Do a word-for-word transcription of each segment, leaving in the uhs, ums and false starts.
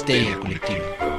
Histeria Colectiva.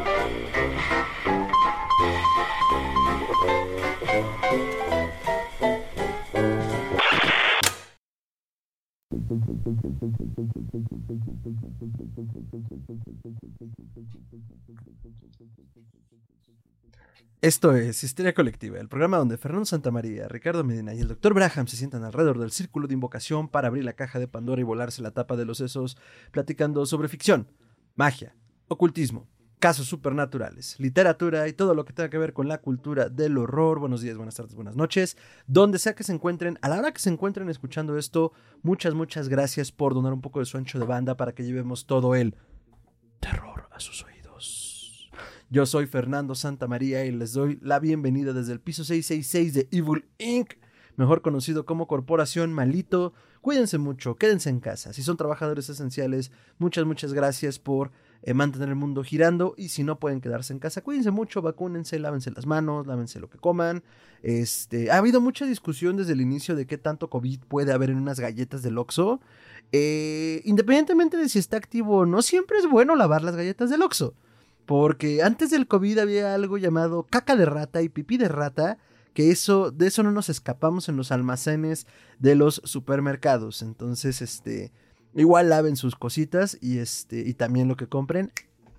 Esto es Histeria Colectiva, el programa donde Fernando Santamaría, Ricardo Medina y el doctor Braham se sientan alrededor del círculo de invocación para abrir la caja de Pandora y volarse la tapa de los sesos, platicando sobre ficción, magia, ocultismo, casos supernaturales, literatura y todo lo que tenga que ver con la cultura del horror. Buenos días, buenas tardes, buenas noches, donde sea que se encuentren, a la hora que se encuentren escuchando esto, muchas, muchas gracias por donar un poco de su ancho de banda para que llevemos todo el terror a sus oídos. Yo soy Fernando Santamaría y les doy la bienvenida desde el piso seiscientos sesenta y seis de Evil incorporated, mejor conocido como Corporación Malito. Cuídense mucho, quédense en casa. Si son trabajadores esenciales, muchas, muchas gracias por eh, mantener el mundo girando. Y si no pueden quedarse en casa, cuídense mucho, vacúnense, lávense las manos, lávense lo que coman. Este, ha habido mucha discusión desde el inicio de qué tanto COVID puede haber en unas galletas del Oxxo. Eh, independientemente de si está activo o no, siempre es bueno lavar las galletas del Oxxo. Porque antes del COVID había algo llamado caca de rata y pipí de rata, que eso, de eso no nos escapamos en los almacenes de los supermercados. Entonces, este, igual laven sus cositas y este, y también lo que compren.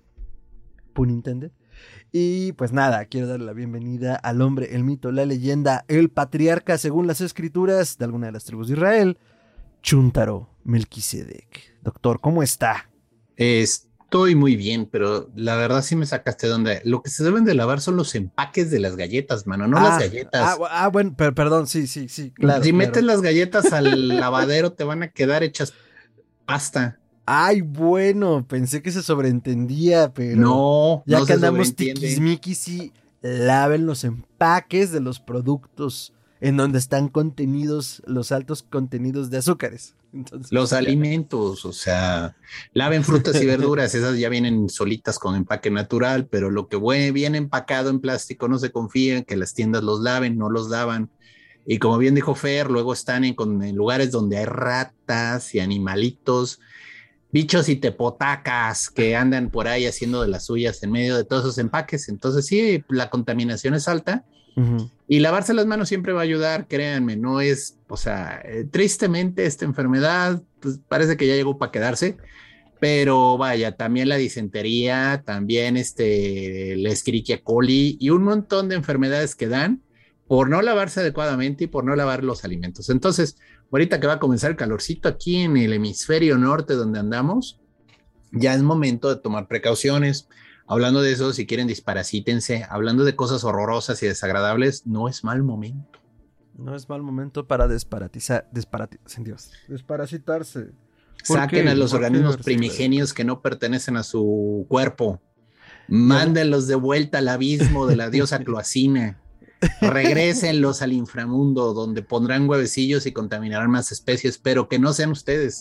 Pun intended. Y pues nada, quiero darle la bienvenida al hombre, el mito, la leyenda, el patriarca, según las escrituras de alguna de las tribus de Israel, Chuntaro Melquisedec. Doctor, ¿cómo está? Es Estoy muy bien, pero la verdad sí me sacaste de onda. Lo que se deben de lavar son los empaques de las galletas, mano, no ah, las galletas. Ah, ah bueno, per perdón, sí, sí, sí, claro. Si claro. metes las galletas al lavadero te van a quedar hechas pasta. Ay, bueno, pensé que se sobreentendía, pero no, ya no que se andamos tiquismiquis, sí, laven los empaques de los productos en donde están contenidos los altos contenidos de azúcares. Entonces, los ya. alimentos, o sea, laven frutas y verduras, esas ya vienen solitas con empaque natural, pero lo que viene empacado en plástico no se confía en que las tiendas los laven, no los lavan. Y como bien dijo Fer, luego están en, en lugares donde hay ratas y animalitos, bichos y tepotacas que andan por ahí haciendo de las suyas en medio de todos esos empaques. Entonces sí, la contaminación es alta. Uh-huh. Y lavarse las manos siempre va a ayudar, créanme, no es, o sea, eh, tristemente esta enfermedad pues, parece que ya llegó para quedarse, pero vaya, también la disentería, también este, la Escherichia coli y un montón de enfermedades que dan por no lavarse adecuadamente y por no lavar los alimentos. Entonces, ahorita que va a comenzar el calorcito aquí en el hemisferio norte donde andamos, ya es momento de tomar precauciones. Hablando de eso, si quieren disparasítense, hablando de cosas horrorosas y desagradables, no es mal momento. No es mal momento para desparatizar, desparatizar, Dios, desparasitarse. Saquen qué? a los organismos qué? primigenios que no pertenecen a su cuerpo. Mándenlos de vuelta al abismo de la diosa Cloacina. Regrésenlos al inframundo, donde pondrán huevecillos y contaminarán más especies, pero que no sean ustedes.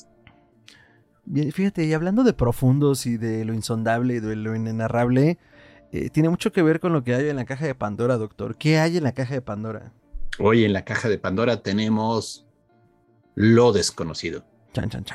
Bien, fíjate, y hablando de profundos y de lo insondable y de lo inenarrable, eh, tiene mucho que ver con lo que hay en la caja de Pandora, doctor. ¿Qué hay en la caja de Pandora? Hoy en la caja de Pandora tenemos lo desconocido. Chan, chan,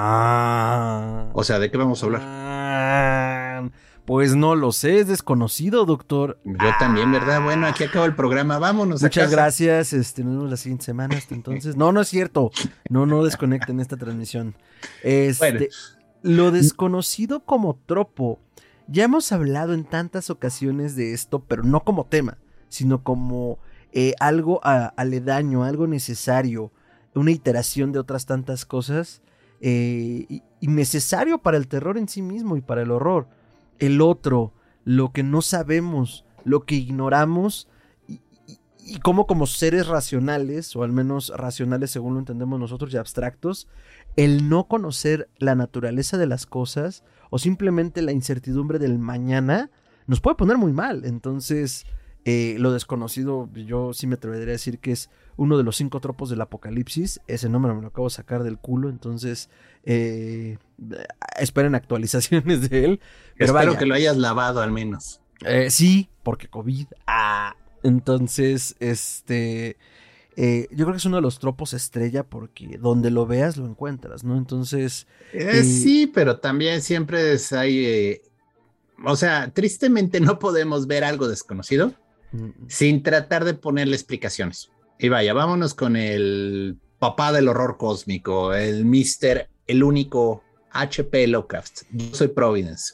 chan. O sea, ¿de qué vamos a hablar? Pues no lo sé, es desconocido, doctor. Yo ah. también, ¿verdad? Bueno, aquí acaba el programa, vámonos. Muchas a casa. gracias, este, nos vemos la siguiente semana hasta entonces. No, no es cierto, no, no desconecten esta transmisión. Este, bueno. Lo desconocido como tropo, ya hemos hablado en tantas ocasiones de esto, pero no como tema, sino como eh, algo a, aledaño, algo necesario, una iteración de otras tantas cosas, eh, y, y necesario para el terror en sí mismo y para el horror. El otro, lo que no sabemos, lo que ignoramos y, y, y cómo como seres racionales, o al menos racionales según lo entendemos nosotros y abstractos, el no conocer la naturaleza de las cosas o simplemente la incertidumbre del mañana nos puede poner muy mal. Entonces, eh, lo desconocido, yo sí me atrevería a decir que es uno de los cinco tropos del apocalipsis. Ese nombre me lo acabo de sacar del culo, entonces eh, esperen actualizaciones de él. Pero espero vaya, que lo hayas lavado al menos. Eh, sí, porque COVID. Ah, entonces, este... Eh, yo creo que es uno de los tropos estrella porque donde lo veas lo encuentras, ¿no? Entonces... Eh, eh, sí, pero también siempre es, hay... Eh, o sea, tristemente no podemos ver algo desconocido Mm, sin tratar de ponerle explicaciones. Y vaya, vámonos con el papá del horror cósmico, el mister, el único H P. Lovecraft. Yo soy Providence.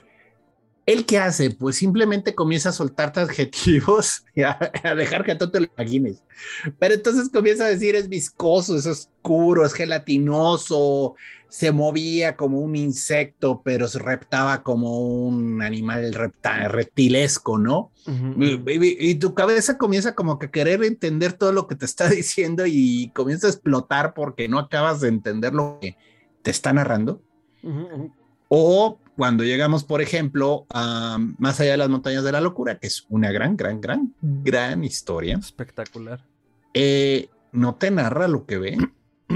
¿El qué hace? Pues simplemente comienza a soltarte adjetivos y a, a dejar que tú te lo imagines. Pero entonces comienza a decir es viscoso, es oscuro, es gelatinoso, se movía como un insecto, pero se reptaba como un animal repta, reptilesco, ¿no? ujú, Y, ujú, y, y tu cabeza comienza como que a querer entender todo lo que te está diciendo y comienza a explotar porque no acabas de entender lo que te está narrando. ujú, ujú. O cuando llegamos, por ejemplo, a Más allá de las montañas de la locura, que es una gran, gran, gran, gran historia, Espectacular. eh, no te narra lo que ve.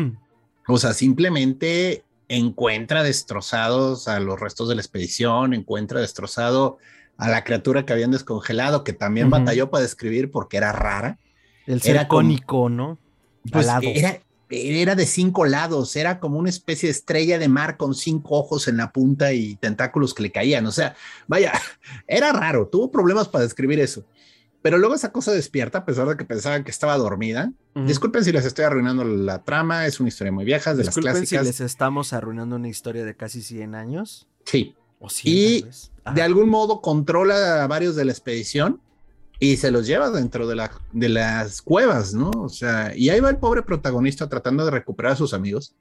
O sea, simplemente encuentra destrozados a los restos de la expedición, encuentra destrozado a la criatura que habían descongelado, que también Ujú. batalló para describir porque era rara. El ser Era como, cónico, ¿no? pues Alado. era, era de cinco lados, era como una especie de estrella de mar con cinco ojos en la punta y tentáculos que le caían. O sea, vaya, era raro, tuvo problemas para describir eso. Pero luego esa cosa despierta, a pesar de que pensaban que estaba dormida. Ujú. Disculpen si les estoy arruinando la trama, es una historia muy vieja, de las Disculpen si clásicas. les estamos arruinando una historia de casi cien años. Sí. O cien, tal Y vez. de Ajá. algún modo controla a varios de la expedición y se los lleva dentro de, la, de las cuevas, ¿no? O sea, y ahí va el pobre protagonista tratando de recuperar a sus amigos.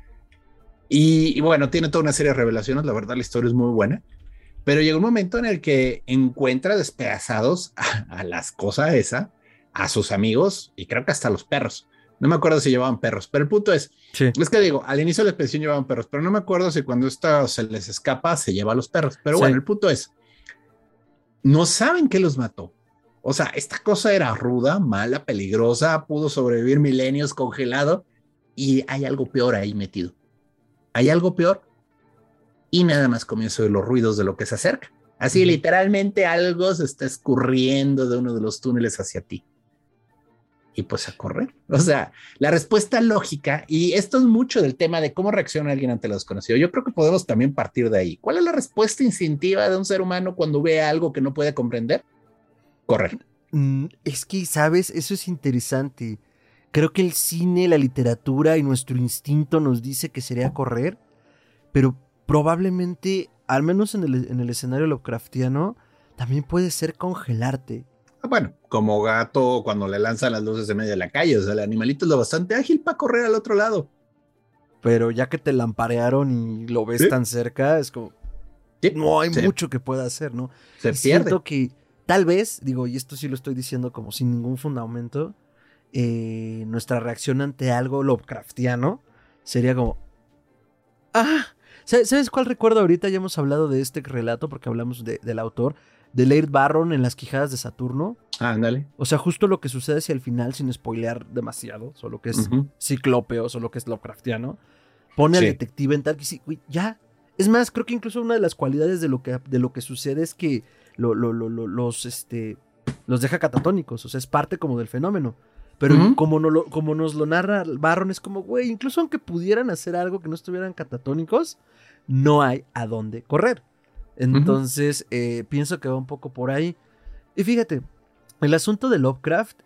Y, y bueno, tiene toda una serie de revelaciones, la verdad la historia es muy buena, pero llega un momento en el que encuentra despedazados a, a las cosas esa, a sus amigos y creo que hasta a los perros. No me acuerdo si llevaban perros, pero el punto es, Sí. es que digo, al inicio de la expedición llevaban perros, pero no me acuerdo si cuando esta se les escapa se lleva a los perros. Pero bueno, Sí. el punto es, no saben qué los mató. O sea, esta cosa era ruda, mala, peligrosa, pudo sobrevivir milenios congelado y hay algo peor ahí metido. Hay algo peor y nada más comienzo de los ruidos de lo que se acerca. Así Ujú. literalmente algo se está escurriendo de uno de los túneles hacia ti. Y pues a correr. O sea, la respuesta lógica, y esto es mucho del tema de cómo reacciona alguien ante lo desconocido. Yo creo que podemos también partir de ahí. ¿Cuál es la respuesta instintiva de un ser humano cuando ve algo que no puede comprender? Correr. Mm, es que, ¿sabes? Eso es interesante. Creo que el cine, la literatura y nuestro instinto nos dice que sería correr, pero probablemente, al menos en el, en el escenario Lovecraftiano, también puede ser congelarte. Bueno, como gato cuando le lanzan las luces en medio de la calle. O sea, el animalito es lo bastante ágil para correr al otro lado. Pero ya que te lamparearon y lo ves Sí, tan cerca, es como, sí, no hay se, mucho que pueda hacer, ¿no? se Y pierde. siento que tal vez, digo, y esto sí lo estoy diciendo como sin ningún fundamento, eh, nuestra reacción ante algo Lovecraftiano sería como, ah, ¿sabes sabes cuál recuerdo ahorita? Ya hemos hablado de este relato porque hablamos de- del autor, de Laird Barron en Las Quijadas de Saturno. Ah, ándale. O sea, justo lo que sucede hacia el final, sin spoilear demasiado, solo que es Ujú. ciclópeo, solo que es Lovecraftiano, pone al Sí. detective en tal que sí, güey, ya. Es más, creo que incluso una de las cualidades de lo que, de lo que sucede es que lo, lo, lo, lo- los, este, los deja catatónicos, o sea, es parte como del fenómeno. Pero Ujú. como, no lo, como nos lo narra Barron, es como, güey, incluso aunque pudieran hacer algo que no estuvieran catatónicos, no hay a dónde correr. Ujú. Entonces, eh, pienso que va un poco por ahí. Y fíjate, el asunto de Lovecraft,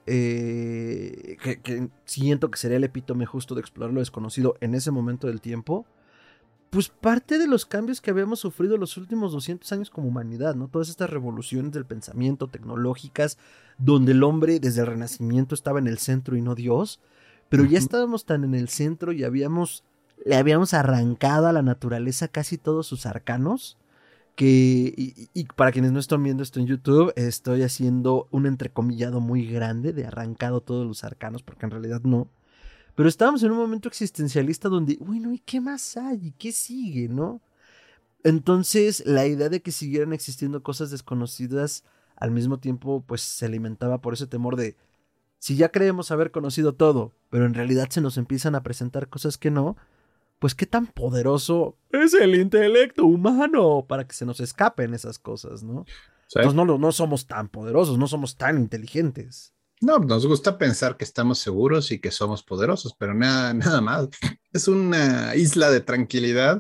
eh, que, que siento que sería el epítome justo de explorar lo desconocido en ese momento del tiempo, pues parte de los cambios que habíamos sufrido los últimos doscientos años como humanidad, ¿no? Todas estas revoluciones del pensamiento tecnológicas, donde el hombre desde el Renacimiento estaba en el centro y no Dios, pero ya Ujú. estábamos tan en el centro y habíamos, le habíamos arrancado a la naturaleza casi todos sus arcanos, que, y, y para quienes no están viendo esto en YouTube, estoy haciendo un entrecomillado muy grande de arrancado todos los arcanos, porque en realidad no. Pero estábamos en un momento existencialista donde, bueno, ¿y qué más hay? ¿Y qué sigue, no? Entonces, la idea de que siguieran existiendo cosas desconocidas al mismo tiempo, pues se alimentaba por ese temor de, si ya creemos haber conocido todo, pero en realidad se nos empiezan a presentar cosas que no, pues qué tan poderoso es el intelecto humano para que se nos escapen esas cosas, ¿no? Sí. Entonces no, no somos tan poderosos, no somos tan inteligentes. No, nos gusta pensar que estamos seguros y que somos poderosos, pero nada, nada más. Es una isla de tranquilidad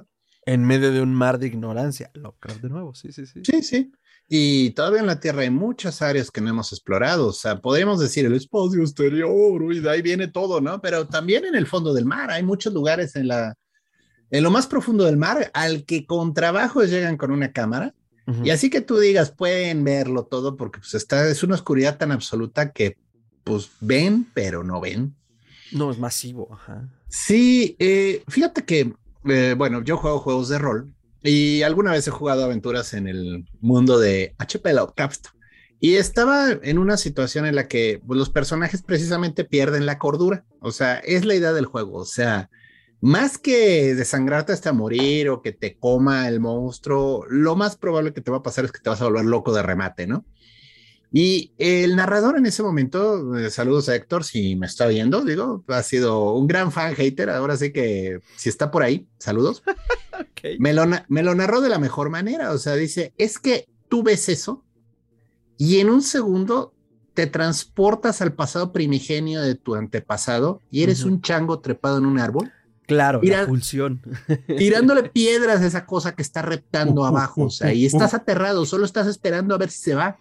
En medio de un mar de ignorancia. Lovecraft de nuevo, sí, sí, sí. Sí, sí. Y todavía en la Tierra hay muchas áreas que no hemos explorado. O sea, podríamos decir el espacio exterior y de ahí viene todo, ¿no? Pero también en el fondo del mar hay muchos lugares en la, en lo más profundo del mar al que con trabajo llegan con una cámara. Uh-huh. Y así que tú digas, pueden verlo todo porque pues está, es una oscuridad tan absoluta que pues ven, pero no ven. No, es masivo. Ajá. Sí, eh, fíjate que, eh, bueno, yo juego juegos de rol. Y alguna vez he jugado aventuras en el mundo de H P Lovecraft y estaba en una situación en la que pues, los personajes precisamente pierden la cordura. O sea, es la idea del juego. O sea, más que desangrarte hasta morir o que te coma el monstruo, lo más probable que te va a pasar es que te vas a volver loco de remate, ¿no? Y el narrador en ese momento, eh, saludos a Héctor, si me está viendo, digo, ha sido un gran fan hater, ahora sí que si está por ahí, saludos. Okay. Me, lo, me lo narró de la mejor manera, o sea, dice, es que tú ves eso y en un segundo te transportas al pasado primigenio de tu antepasado y eres uh-huh. un chango trepado en un árbol. Claro, tira, la pulsión. Tirándole piedras a esa cosa que está reptando uh, abajo, uh, o sea, uh, y estás uh. aterrado, solo estás esperando a ver si se va.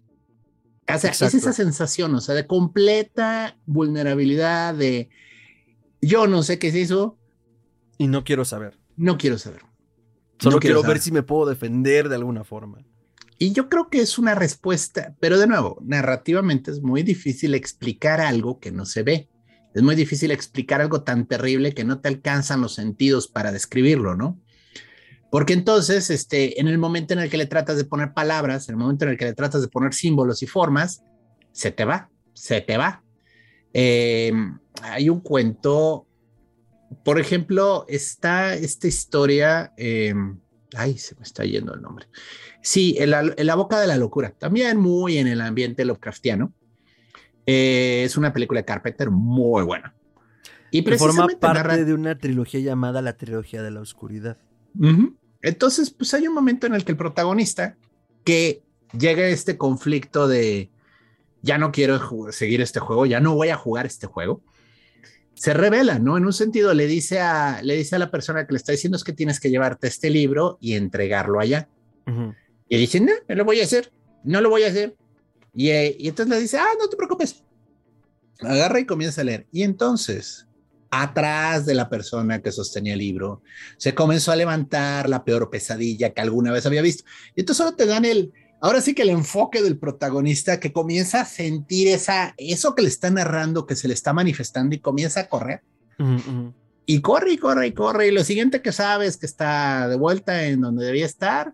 O sea, Exacto. es esa sensación, o sea, de completa vulnerabilidad, de yo no sé qué es eso. Y no quiero saber. No quiero saber. Solo no quiero, quiero ver saber. si me puedo defender de alguna forma. Y yo creo que es una respuesta, pero de nuevo, narrativamente es muy difícil explicar algo que no se ve. Es muy difícil explicar algo tan terrible que no te alcanzan los sentidos para describirlo, ¿no? Porque entonces, este, en el momento en el que le tratas de poner palabras, en el momento en el que le tratas de poner símbolos y formas, se te va, se te va. Eh, hay un cuento, por ejemplo, está esta historia, eh, ay, se me está yendo el nombre. Sí, en la, en la boca de la locura, también muy en el ambiente Lovecraftiano. Eh, es una película de Carpenter muy buena. Y que forma parte narra... de una trilogía llamada La Trilogía de la Oscuridad. Uh-huh. Entonces, pues hay un momento en el que el protagonista, que llega a este conflicto de ya no quiero ju- seguir este juego, ya no voy a jugar este juego, se revela, ¿no? En un sentido le dice a, le dice a la persona que le está diciendo es que tienes que llevarte este libro y entregarlo allá. Uh-huh. Y dice, no, no lo voy a hacer, no lo voy a hacer. Y, eh, y entonces le dice, ah, no te preocupes. Agarra y comienza a leer. Y entonces, atrás de la persona que sostenía el libro, se comenzó a levantar la peor pesadilla que alguna vez había visto. Y entonces solo te dan el, ahora sí que el enfoque del protagonista que comienza a sentir esa, eso que le está narrando, que se le está manifestando y comienza a correr. Uh-huh. Y corre y corre y corre. Y lo siguiente que sabe es que está de vuelta en donde debía estar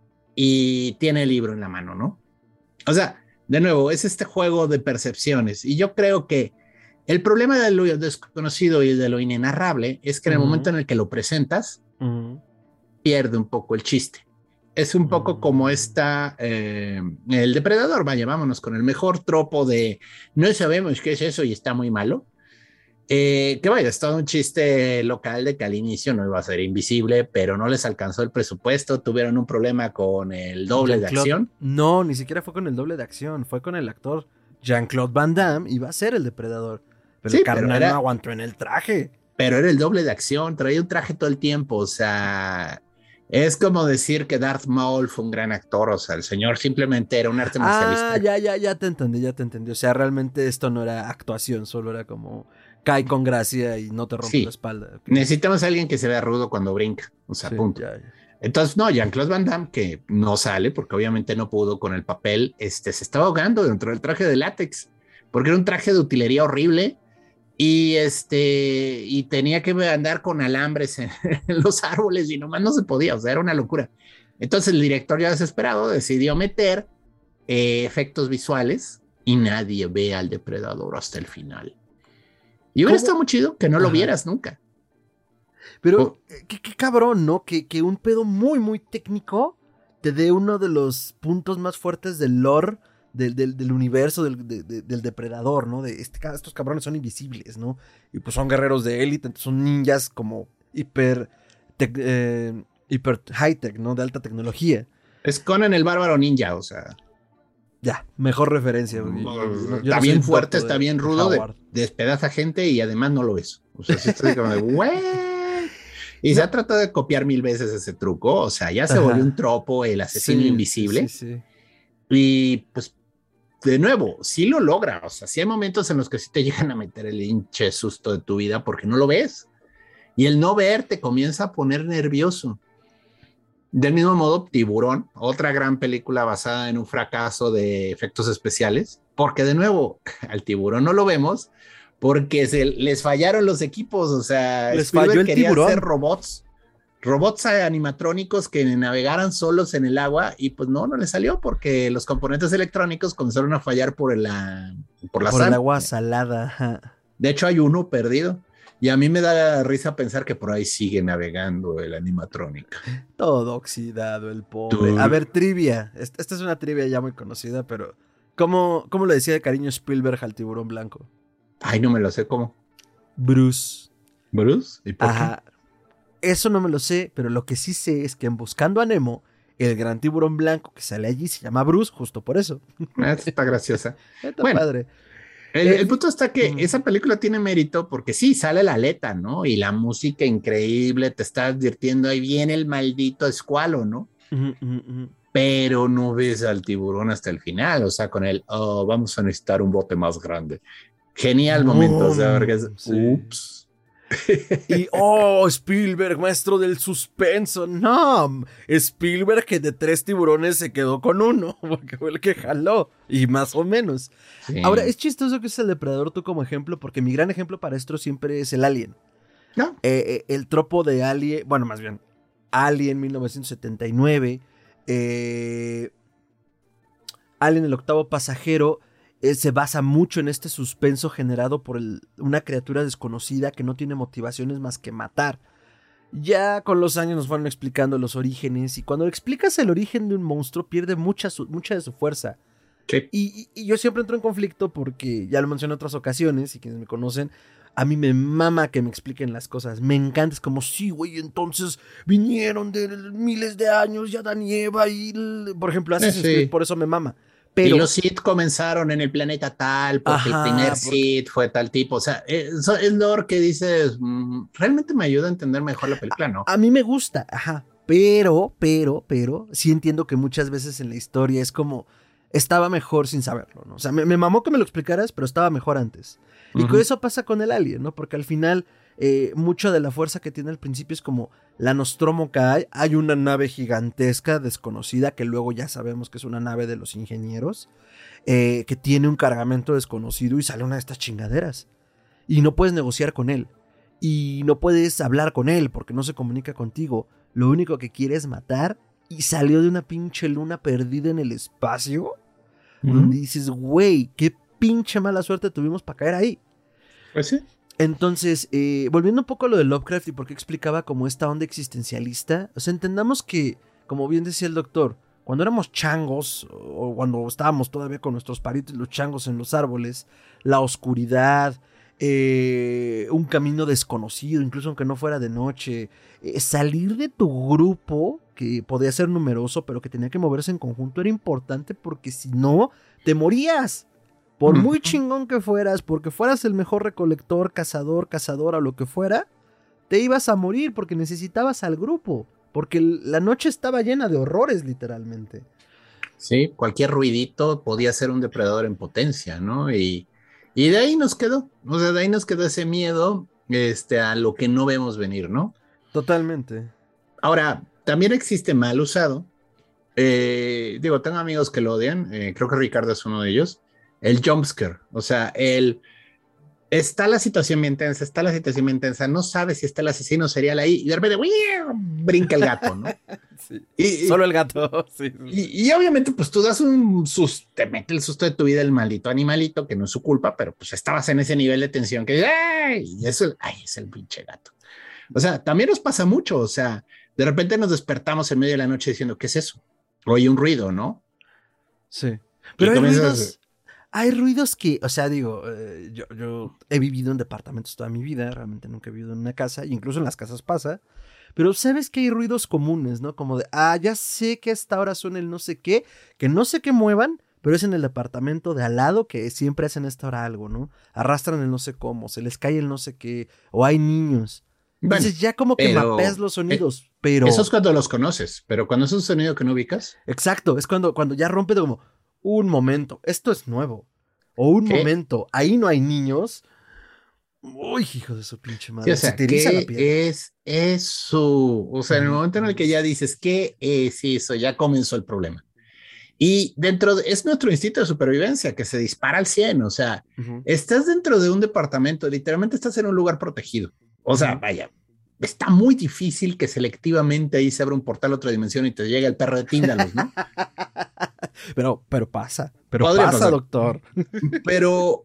y tiene el libro en la mano, ¿no? O sea, de nuevo, es este juego de percepciones. Y yo creo que el problema de lo desconocido y de lo inenarrable es que en el uh-huh. momento en el que lo presentas, uh-huh. pierde un poco el chiste. Es un poco uh-huh. como esta, eh, el depredador, vaya, vámonos con el mejor tropo de no sabemos qué es eso y está muy malo. Eh, que vaya, es todo un chiste local de que al inicio no iba a ser invisible, pero no les alcanzó el presupuesto, tuvieron un problema con el doble Jean-Claude, de acción. No, ni siquiera fue con el doble de acción, fue con el actor Jean-Claude Van Damme, iba a ser el depredador, pero sí, el carnal pero era, no aguantó en el traje. Pero era el doble de acción, traía un traje todo el tiempo, o sea, es como decir que Darth Maul fue un gran actor, o sea, el señor simplemente era un arte marcialista. Ah, ya, ya, ya te entendí, ya te entendí, o sea, realmente esto no era actuación, solo era como cae con gracia y no te rompe sí. la espalda. Necesitamos a alguien que se vea rudo cuando brinca, o sea, sí, punto. Ya, ya. Entonces, no, Jean-Claude Van Damme, que no sale, porque obviamente no pudo con el papel, este, se estaba ahogando dentro del traje de látex, porque era un traje de utilería horrible, y este, y tenía que andar con alambres en, en los árboles, y nomás no se podía, o sea, era una locura. Entonces el director ya desesperado decidió meter eh, efectos visuales, y nadie ve al depredador hasta el final. Y hubiera estado muy chido que no Ajá. lo vieras nunca. Pero oh. qué, qué cabrón, ¿no? Que, que un pedo muy, muy técnico te dé uno de los puntos más fuertes del lore del, del, del universo del, de, de, del depredador, ¿no? De este, estos cabrones son invisibles, ¿no? Y pues son guerreros de élite, son ninjas como hiper, tec, eh, hiper high-tech, ¿no? De alta tecnología. Es Conan el bárbaro ninja, o sea... Ya, mejor referencia. No, no, está no bien fuerte, está de, bien rudo, de, despedaza gente y además no lo es. O sea, sí está como de, güey. Y se No. ha tratado de copiar mil veces ese truco, o sea, ya se volvió un Ajá. tropo el asesino Sí, invisible. sí, sí, sí. Y pues, de nuevo, sí lo logra, o sea, sí hay momentos en los que sí te llegan a meter el hinche susto de tu vida porque no lo ves. Y el no ver te comienza a poner nervioso. Del mismo modo, Tiburón, otra gran película basada en un fracaso de efectos especiales, porque de nuevo, al tiburón no lo vemos porque se les fallaron los equipos, o sea, Les falló Spielberg el quería hacer tiburón. robots, robots animatrónicos que navegaran solos en el agua y pues no, no le salió porque los componentes electrónicos comenzaron a fallar por la, por la Por el sal. agua salada. Ajá. De hecho, hay uno perdido. Y a mí me da risa pensar que por ahí sigue navegando el animatrónica. Todo oxidado, el pobre. A Tú... ver, trivia. Esta, esta es una trivia ya muy conocida, pero ¿cómo, cómo le decía de cariño Spielberg al tiburón blanco? Ay, no me lo sé cómo. Bruce. ¿Bruce? ¿Y por Ajá. Eso no me lo sé, pero lo que sí sé es que en Buscando a Nemo, el gran tiburón blanco que sale allí se llama Bruce, justo por eso. qué? Ah, está graciosa. Está Bueno, padre. el, Eh, el punto está que mm, esa película tiene mérito porque sí, sale la aleta, ¿no? Y la música increíble, te está advirtiendo, ahí viene el maldito escualo, ¿no? mm, mm, mm. Pero no ves al tiburón hasta el final, o sea, con el, oh, vamos a necesitar un bote más grande. Genial momento, o sea, porque es, Boom, sí. ups. Y, oh, Spielberg, maestro del suspenso. No, Spielberg que de tres tiburones se quedó con uno, porque fue el que jaló, y más o menos. Ahora, Sí. es chistoso que es el depredador tú como ejemplo, porque mi gran ejemplo para esto siempre es el Alien. No, Eh, eh, el tropo de Alien, bueno, más bien, Alien mil novecientos setenta y nueve, eh, Alien el octavo pasajero, eh, se basa mucho en este suspenso generado por el, una criatura desconocida que no tiene motivaciones más que matar. Ya con los años nos fueron explicando los orígenes y cuando explicas el origen de un monstruo pierde mucha, su, mucha de su fuerza. sí. Y, y, y yo siempre entro en conflicto porque ya lo mencioné en otras ocasiones y quienes me conocen, a mí me mama que me expliquen las cosas. Me encanta, es como, sí, güey, entonces vinieron de miles de años ya Dan y Eva y, por ejemplo, Eh, Assassin's Creed, sí. por eso me mama. Y Pero, los Sith comenzaron en el planeta tal, porque el primer ajá, porque Sith fue tal tipo. O sea, eso es lore que dices, mm, realmente me ayuda a entender mejor la película, ¿no? a mí me gusta, ajá. Pero, pero, pero, sí entiendo que muchas veces en la historia es como, estaba mejor sin saberlo, ¿no? O sea, me, me mamó que me lo explicaras, pero estaba mejor antes. Y con Ujú. eso pasa con el Alien, ¿no? Porque al final, eh, mucho de la fuerza que tiene al principio es como la Nostromo que hay. Hay una nave gigantesca, desconocida, que luego ya sabemos que es una nave de los ingenieros, eh, que tiene un cargamento desconocido y sale una de estas chingaderas. Y no puedes negociar con él. Y no puedes hablar con él porque no se comunica contigo. Lo único que quiere es matar. Y salió de una pinche luna perdida en el espacio. Donde Ujú. dices, güey, qué pinche mala suerte tuvimos para caer ahí. Pues sí. Entonces, eh, volviendo un poco a lo de Lovecraft y por qué explicaba como esta onda existencialista, o sea, entendamos que, como bien decía el doctor, cuando éramos changos, o cuando estábamos todavía con nuestros parientes, los changos en los árboles, la oscuridad, eh, un camino desconocido, incluso aunque no fuera de noche, eh, salir de tu grupo, que podía ser numeroso, pero que tenía que moverse en conjunto, era importante porque si no, te morías. Por Ujú. muy chingón que fueras, porque fueras el mejor recolector, cazador, cazadora o lo que fuera, te ibas a morir porque necesitabas al grupo. Porque la noche estaba llena de horrores, literalmente. Sí, cualquier ruidito podía ser un depredador en potencia, ¿no? Y, y de ahí nos quedó, o sea, de ahí nos quedó ese miedo, este, a lo que no vemos venir, ¿no? Totalmente. Ahora, también existe mal usado. Eh, digo, tengo amigos que lo odian, eh, creo que Ricardo es uno de ellos. El jumpscare, o sea, el está la situación bien tensa, está la situación bien tensa, no sabes si está el asesino serial ahí y de repente ¡wiu! Brinca el gato, ¿no? Sí. Y, Solo y, el gato. Sí. y, y obviamente, pues tú das un susto, te mete el susto de tu vida el maldito animalito, que no es su culpa, pero pues estabas en ese nivel de tensión que ¡ay! Y eso, ¡ay! Es el pinche gato. O sea, también nos pasa mucho, o sea, de repente nos despertamos en medio de la noche diciendo, ¿qué es eso? Oye un ruido, ¿no? Sí. Y Pero hay comienzas, ruidos. Hay ruidos que, o sea, digo, eh, yo, yo he vivido en departamentos toda mi vida, realmente nunca he vivido en una casa, y incluso en las casas pasa, pero sabes que hay ruidos comunes, ¿no? Como de, ah, ya sé que a esta hora suena el no sé qué, que no sé qué muevan, pero es en el departamento de al lado que siempre hacen a esta hora algo, ¿no? Arrastran el no sé cómo, se les cae el no sé qué, o hay niños. Bueno, Entonces ya como que pero mapeas los sonidos, eh, pero... eso es cuando los conoces, pero cuando es un sonido que no ubicas, Exacto, es cuando, cuando ya rompe de como, un momento, esto es nuevo. O un ¿qué? momento, ahí no hay niños. Uy, hijo de su pinche Sí, o madre, se sea, te eriza la ¿qué piel. es eso? O sea, en el Ujú, momento en el que ya dices, ¿qué es eso? Ya comenzó el problema. Y dentro de, es nuestro instinto de supervivencia que se dispara al cien, o sea, ujú, estás dentro de un departamento, literalmente estás en un lugar protegido. O sea, ujú. vaya, está muy difícil que selectivamente ahí se abra un portal a otra dimensión y te llegue el perro de Tíndalos, ¿no? Pero, pero pasa, pero Podría pasa, pasar, doctor. pero,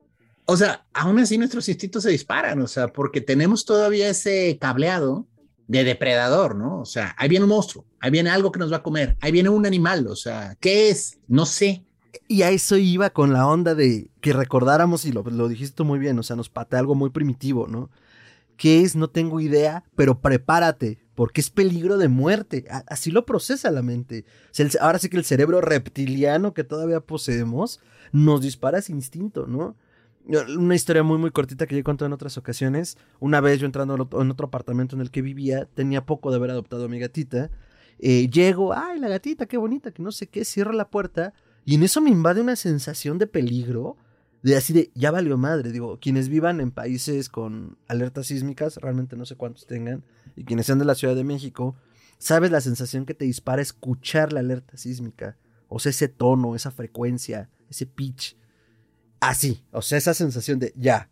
o sea, aún así nuestros instintos se disparan, o sea, porque tenemos todavía ese cableado de depredador, ¿no? O sea, ahí viene un monstruo, ahí viene algo que nos va a comer, ahí viene un animal, o sea, ¿qué es? No sé. Y a eso iba con la onda de que recordáramos, y lo, lo dijiste tú muy bien, o sea, nos patea algo muy primitivo, ¿no? ¿Qué es? No tengo idea, pero prepárate, porque es peligro de muerte. A- así lo procesa la mente. O sea, el- ahora sí que el cerebro reptiliano que todavía poseemos nos dispara ese instinto, ¿no? Yo- Una historia muy, muy cortita que yo he contado en otras ocasiones. Una vez yo entrando en otro, en otro apartamento en el que vivía, tenía poco de haber adoptado a mi gatita. Eh, llego, ay, la gatita, qué bonita, que no sé qué, cierro la puerta y en eso me invade una sensación de peligro de así de, ya valió madre, digo, quienes vivan en países con alertas sísmicas, realmente no sé cuántos tengan, y quienes sean de la Ciudad de México, sabes la sensación que te dispara escuchar la alerta sísmica, o sea, ese tono, esa frecuencia, ese pitch, así, o sea, esa sensación de, ya,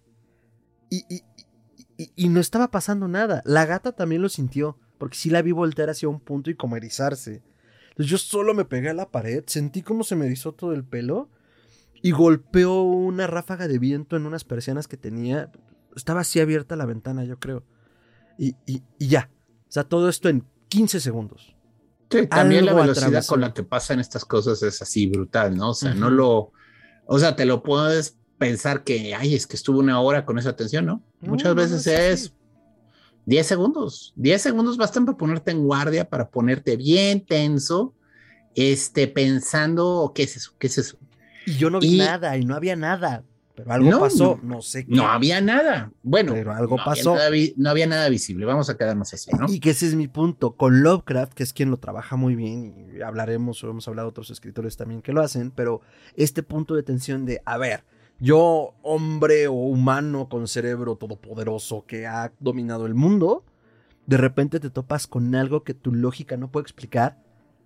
y, y, y, y no estaba pasando nada, la gata también lo sintió, porque sí la vi voltear hacia un punto y como erizarse, entonces yo solo me pegué a la pared, sentí como se me erizó todo el pelo, y golpeó una ráfaga de viento en unas persianas que tenía. Estaba así abierta la ventana, yo creo. Y, y, y ya. O sea, todo esto en quince segundos. Sí, también la Algo velocidad atravesó con mi... la que pasan estas cosas es así brutal, ¿no? O sea, no Ujú. lo, o sea, te lo puedes pensar que, ay, es que estuvo una hora con esa atención, ¿no? No, Muchas no, no veces es así. es diez segundos. Diez segundos bastan para ponerte en guardia, para ponerte bien tenso, este, pensando, ¿qué es eso? ¿Qué es eso? Y yo no vi Y nada y no había nada. Pero algo no, pasó, no, no sé no qué, había nada. Bueno, pero algo no había pasó. nada, vi- no había nada visible. Vamos a quedarnos así, ¿no? Y que ese es mi punto. Con Lovecraft, que es quien lo trabaja muy bien, y hablaremos o hemos hablado de otros escritores también que lo hacen, pero este punto de tensión de, a ver, yo, hombre o humano con cerebro todopoderoso que ha dominado el mundo, de repente te topas con algo que tu lógica no puede explicar,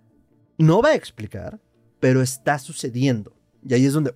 no va a explicar, pero está sucediendo. Y ahí es donde,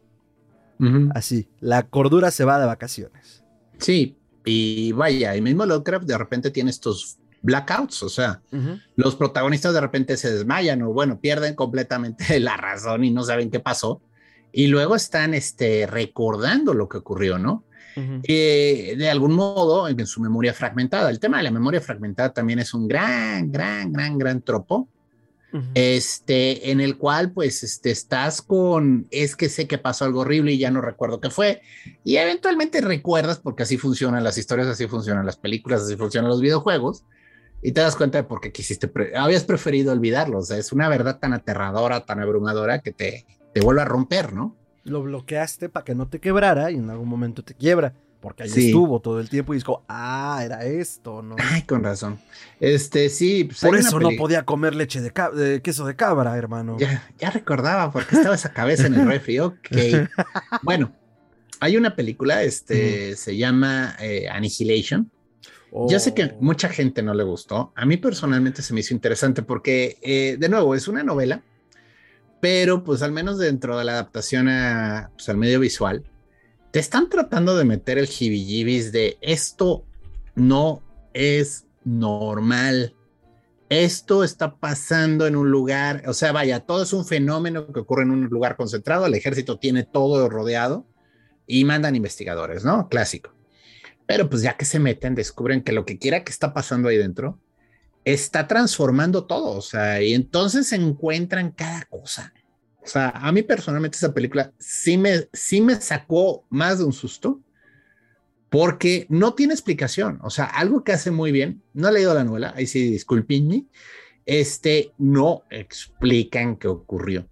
Ujú. así, la cordura se va de vacaciones. Sí, y vaya, el mismo Lovecraft de repente tiene estos blackouts, o sea, Ujú, los protagonistas de repente se desmayan o bueno, pierden completamente la razón y no saben qué pasó. Y luego están este, recordando lo que ocurrió, ¿no? ujú, Eh, de algún modo en su memoria fragmentada. El tema de la memoria fragmentada también es un gran, gran, gran, gran tropo ujú. este, en el cual pues este, estás con, es que sé que pasó algo horrible y ya no recuerdo qué fue, y eventualmente recuerdas, porque así funcionan las historias, así funcionan las películas, así funcionan los videojuegos, y te das cuenta de por qué quisiste, pre habías preferido olvidarlo, o sea, es una verdad tan aterradora, tan abrumadora, que te, te vuelve a romper, ¿no? Lo bloqueaste para que no te quebrara y en algún momento te quiebra. Porque ahí Sí, estuvo todo el tiempo y es como, ah, era esto, ¿no? ay, con razón. Este, sí, pues Por hay una eso no peli, podía comer leche de, ca- de queso de cabra, hermano. ya, ya recordaba porque estaba esa cabeza en el refri, ok. Bueno, hay una película, Ujú. este, se llama eh, Annihilation. Yo sé que Oh. mucha gente no le gustó. A mí personalmente se me hizo interesante porque, eh, de nuevo, es una novela, pero pues al menos dentro de la adaptación a, pues, al medio visual, te están tratando de meter el jibijibis de esto no es normal. Esto está pasando en un lugar, o sea, vaya, todo es un fenómeno que ocurre en un lugar concentrado, el ejército tiene todo rodeado y mandan investigadores, ¿no? Clásico. Pero pues ya que se meten, descubren que lo que quiera que está pasando ahí dentro está transformando todo, o sea, y entonces se encuentran cada cosa. O sea, a mí personalmente esa película sí me, sí me sacó más de un susto porque no tiene explicación. O sea, algo que hace muy bien, no he leído la novela, ahí sí disculpenme, este, no explican qué ocurrió.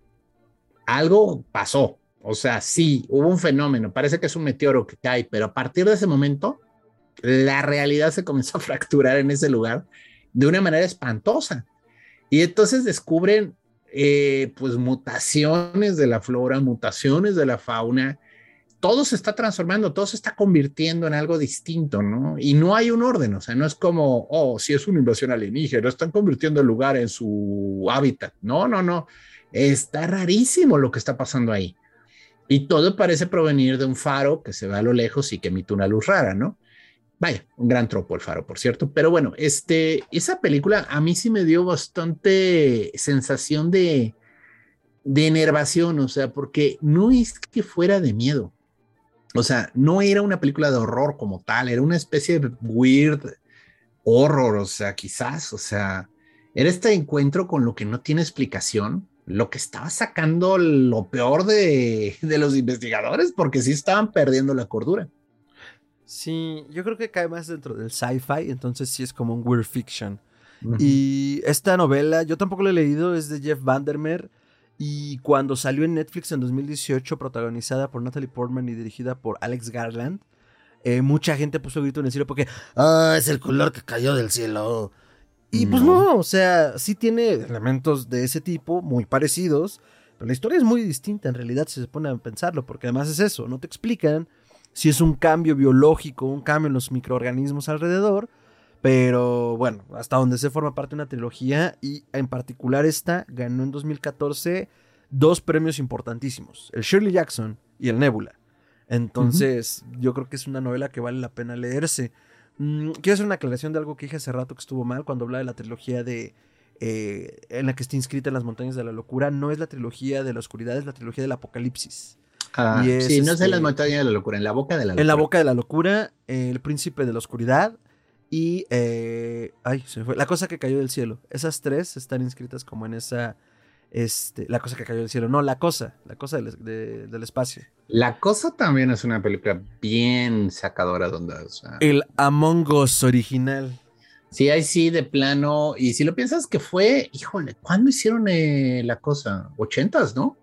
Algo pasó, o sea, sí, hubo un fenómeno, parece que es un meteoro que cae, pero a partir de ese momento la realidad se comenzó a fracturar en ese lugar de una manera espantosa. Y entonces descubren eh, pues mutaciones de la flora, mutaciones de la fauna. Todo se está transformando, todo se está convirtiendo en algo distinto, ¿no? Y no hay un orden, o sea, no es como, oh, si es una invasión alienígena, están convirtiendo el lugar en su hábitat. No, no, no. Está rarísimo lo que está pasando ahí. Y todo parece provenir de un faro que se ve a lo lejos y que emite una luz rara, ¿no? Vaya, un gran tropo el faro, por cierto. Pero bueno, este, esa película a mí sí me dio bastante sensación de, de enervación, o sea, porque no es que fuera de miedo. O sea, no era una película de horror como tal, era una especie de weird horror, o sea, quizás, o sea, era este encuentro con lo que no tiene explicación, lo que estaba sacando lo peor de, de los investigadores, porque sí estaban perdiendo la cordura. Sí, yo creo que cae más dentro del sci-fi, entonces sí es como un weird fiction. Uh-huh. Y esta novela, yo tampoco la he leído, es de Jeff Vandermeer. Y cuando salió en Netflix en dos mil dieciocho, protagonizada por Natalie Portman y dirigida por Alex Garland, eh, mucha gente puso grito en el cielo porque ¡ah, es el color que cayó del cielo! Y pues no. no, o sea, sí tiene elementos de ese tipo, muy parecidos, pero la historia es muy distinta en realidad si se pone a pensarlo, porque además es eso, no te explican si es un cambio biológico, un cambio en los microorganismos alrededor, pero bueno, hasta donde se forma parte de una trilogía y en particular esta ganó en dos mil catorce dos premios importantísimos, el Shirley Jackson y el Nebula. Entonces, uh-huh. yo creo que es una novela que vale la pena leerse. Mm, quiero hacer una aclaración de algo que dije hace rato que estuvo mal cuando hablaba de la trilogía de eh, en la que está inscrita en las montañas de la locura. No es la trilogía de la oscuridad, es la trilogía del apocalipsis. Ah, y es, sí, no este, es en las montañas de la locura, en la boca de la locura. En la boca de la locura, eh, el príncipe de la oscuridad y eh, ay, se me fue, la cosa que cayó del cielo. Esas tres están inscritas como en esa, este, la cosa que cayó del cielo. No, la cosa, la cosa del, de, del espacio. La cosa también es una película bien sacadora de onda. O sea, el Among Us original. Sí, ahí sí, de plano. Y si lo piensas que fue, híjole, ¿cuándo hicieron eh, la cosa? ¿Ochentas, no?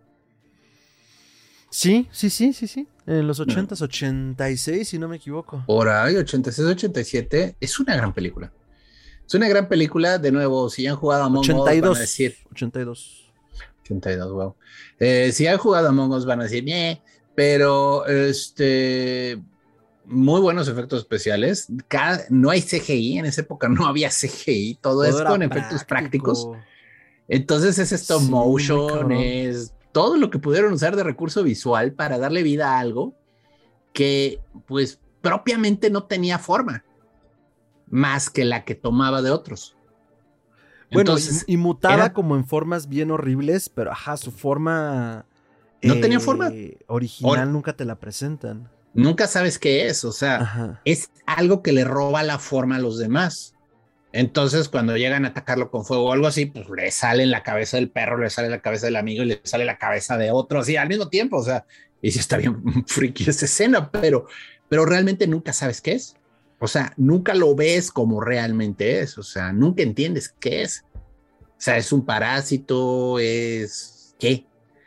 Sí, sí, sí, sí, sí. En los ochentas, no. ochenta y seis, si no me equivoco. Por ahí, ochenta y seis, ochenta y siete. Es una gran película. Es una gran película. De nuevo, si han jugado Among ochenta y dos, Us, van a decir. ochenta y dos. ochenta y dos, wow. Eh, si han jugado Among Us, van a decir, ¡eh! Pero, este. Muy buenos efectos especiales. Cada, no hay C G I. En esa época no había C G I. Todo, todo es con práctico. Efectos prácticos. Entonces es stop sí, motion, es todo lo que pudieron usar de recurso visual para darle vida a algo que pues propiamente no tenía forma más que la que tomaba de otros. Bueno, Entonces, y, y mutaba era, como en formas bien horribles, pero ajá, su forma no eh, tenía forma original o, nunca te la presentan. Nunca sabes qué es, o sea, ajá. Es algo que le roba la forma a los demás. Entonces, cuando llegan a atacarlo con fuego o algo así, pues le sale en la cabeza del perro, le sale la cabeza del amigo y le sale la cabeza de otro, así al mismo tiempo. O sea, y sí está bien friki esa escena, pero, pero realmente nunca sabes qué es. O sea, nunca lo ves como realmente es. O sea, nunca entiendes qué es. O sea, es un parásito, es ¿qué?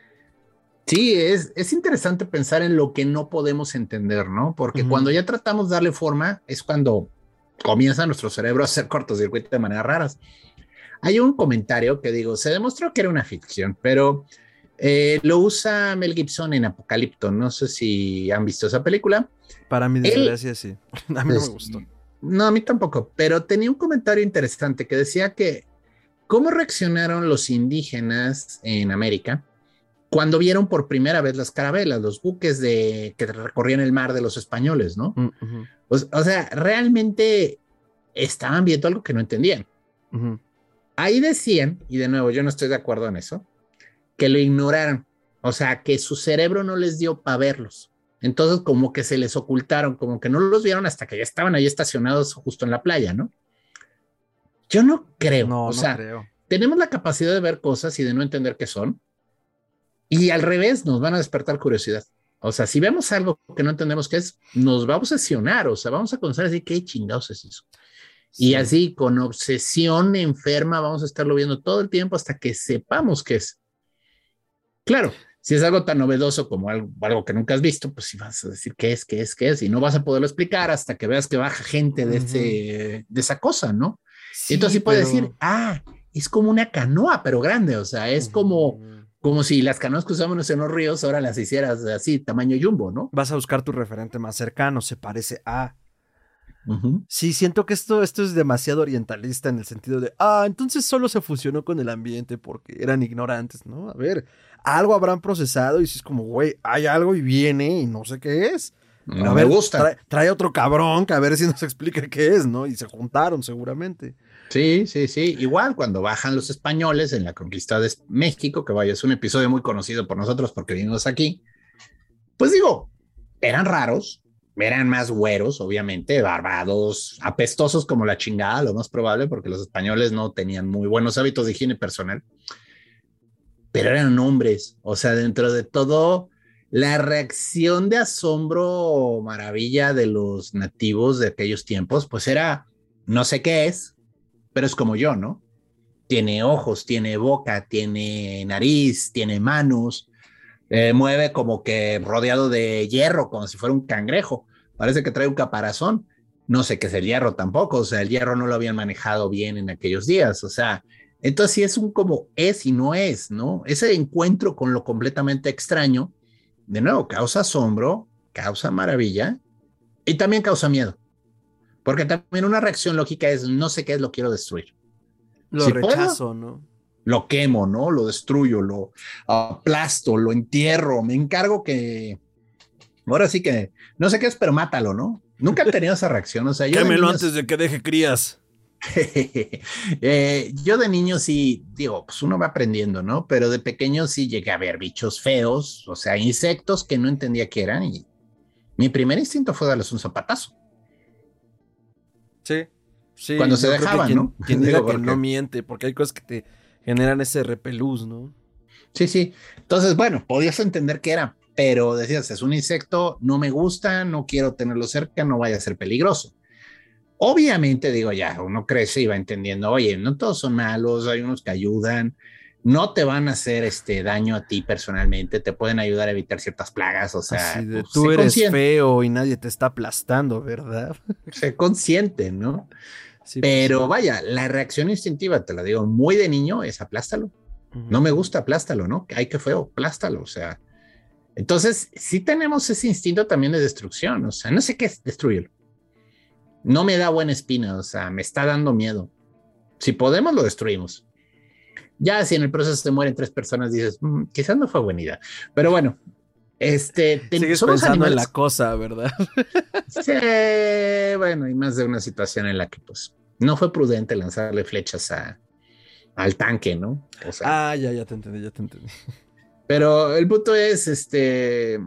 Sí, es, es interesante pensar en lo que no podemos entender, ¿no? Porque uh-huh. cuando ya tratamos de darle forma, es cuando comienza nuestro cerebro a hacer cortocircuito de maneras raras. Hay un comentario que digo, se demostró que era una ficción, pero eh, lo usa Mel Gibson en Apocalipto. No sé si han visto esa película. Para mi desgracia, Él, sí. A mí no me gustó. No, a mí tampoco, pero tenía un comentario interesante que decía que cómo reaccionaron los indígenas en América cuando vieron por primera vez las carabelas, los buques de, que recorrían el mar de los españoles, ¿no? Uh-huh. O, o sea, realmente estaban viendo algo que no entendían. Uh-huh. Ahí decían, y de nuevo yo no estoy de acuerdo en eso, que lo ignoraron. O sea, que su cerebro no les dio para verlos. Entonces como que se les ocultaron, como que no los vieron hasta que ya estaban ahí estacionados justo en la playa, ¿no? Yo no creo. No, o no sea, creo. Tenemos la capacidad de ver cosas y de no entender qué son. Y al revés, nos van a despertar curiosidad. O sea, si vemos algo que no entendemos qué es, nos va a obsesionar. O sea, vamos a comenzar a decir, ¿qué chingados es eso? Sí. Y así, con obsesión enferma, vamos a estarlo viendo todo el tiempo hasta que sepamos qué es. Claro, Si es algo tan novedoso como algo, algo que nunca has visto, pues sí vas a decir qué es, qué es, qué es, y no vas a poderlo explicar hasta que veas que baja gente de, ese, de esa cosa, ¿no? Sí, Entonces sí puedes pero... decir, ah, es como una canoa, pero grande, o sea, es como, Ujú. como si las canoas que usamos en los ríos ahora las hicieras así, tamaño jumbo, ¿no? Vas a buscar tu referente más cercano, se parece a... Uh-huh. Sí, siento que esto, esto es demasiado orientalista en el sentido de, ah, entonces solo se fusionó con el ambiente porque eran ignorantes, ¿no? A ver, algo habrán procesado y si es como, güey, hay algo y viene y no sé qué es. No A me ver, gusta. trae, trae otro cabrón que a ver si nos explica qué es, ¿no? Y se juntaron seguramente. Sí, sí, sí. Igual cuando bajan los españoles en la conquista de México, que vaya, es un episodio muy conocido por nosotros porque vivimos aquí, pues digo, eran raros, eran más güeros, obviamente, barbados, apestosos como la chingada, lo más probable, porque los españoles no tenían muy buenos hábitos de higiene personal, pero eran hombres, o sea, dentro de todo, la reacción de asombro, maravilla de los nativos de aquellos tiempos, pues era, no sé qué es, pero es como yo, ¿no? Tiene ojos, tiene boca, tiene nariz, tiene manos, eh, mueve como que rodeado de hierro, como si fuera un cangrejo. Parece que trae un caparazón. No sé qué es el hierro tampoco, o sea, el hierro no lo habían manejado bien en aquellos días, o sea, entonces sí es un como es y no es, ¿no? Ese encuentro con lo completamente extraño, de nuevo, causa asombro, causa maravilla y también causa miedo, porque también una reacción lógica es no sé qué es, lo quiero destruir. Lo Si puedo, rechazo, ¿no? lo quemo, ¿no? Lo destruyo, lo aplasto, lo entierro, me encargo que, ahora sí que, no sé qué es, pero mátalo, ¿no? Nunca han tenido esa reacción, o sea, yo de Quémelo niño, antes de que deje crías. eh, yo de niño sí, digo, pues uno va aprendiendo, ¿no? Pero de pequeño sí llegué a ver bichos feos, o sea, insectos que no entendía qué eran y mi primer instinto fue darles un zapatazo. Sí, sí, Cuando se yo creo que dejaban, quien, ¿no? quien Digo, diga que no porque miente, porque hay cosas que te generan ese repelús, ¿no? sí, sí. Entonces, bueno, podías entender qué era, pero decías, es un insecto, no me gusta, no quiero tenerlo cerca, no vaya a ser peligroso. Obviamente, digo, ya, uno crece y va entendiendo, oye, no todos son malos, hay unos que ayudan, no te van a hacer este daño a ti personalmente, te pueden ayudar a evitar ciertas plagas, o Así sea, de, pues, tú sé eres consciente, feo y nadie te está aplastando, ¿verdad? sé consciente, ¿no? Sí, pues sí. Pero vaya, la reacción instintiva, te la digo, muy de niño, es aplástalo. No me Ujú. gusta, aplástalo, ¿no? Ay, qué feo, aplástalo, o sea. Entonces, sí tenemos ese instinto también de destrucción, o sea, no sé qué es, destruyelo. No me da buena espina, o sea, me está dando miedo. Si podemos, lo destruimos. Ya si en el proceso se mueren tres personas, dices, mmm, quizás no fue buena idea. Pero bueno, este, ten, Sigues somos pensando en la animales. cosa, ¿verdad? Sí, bueno, y más de una situación en la que, pues, no fue prudente lanzarle flechas a, al tanque, ¿no? O sea, Ah, ya, ya te entendí, ya te entendí. pero el punto es, este,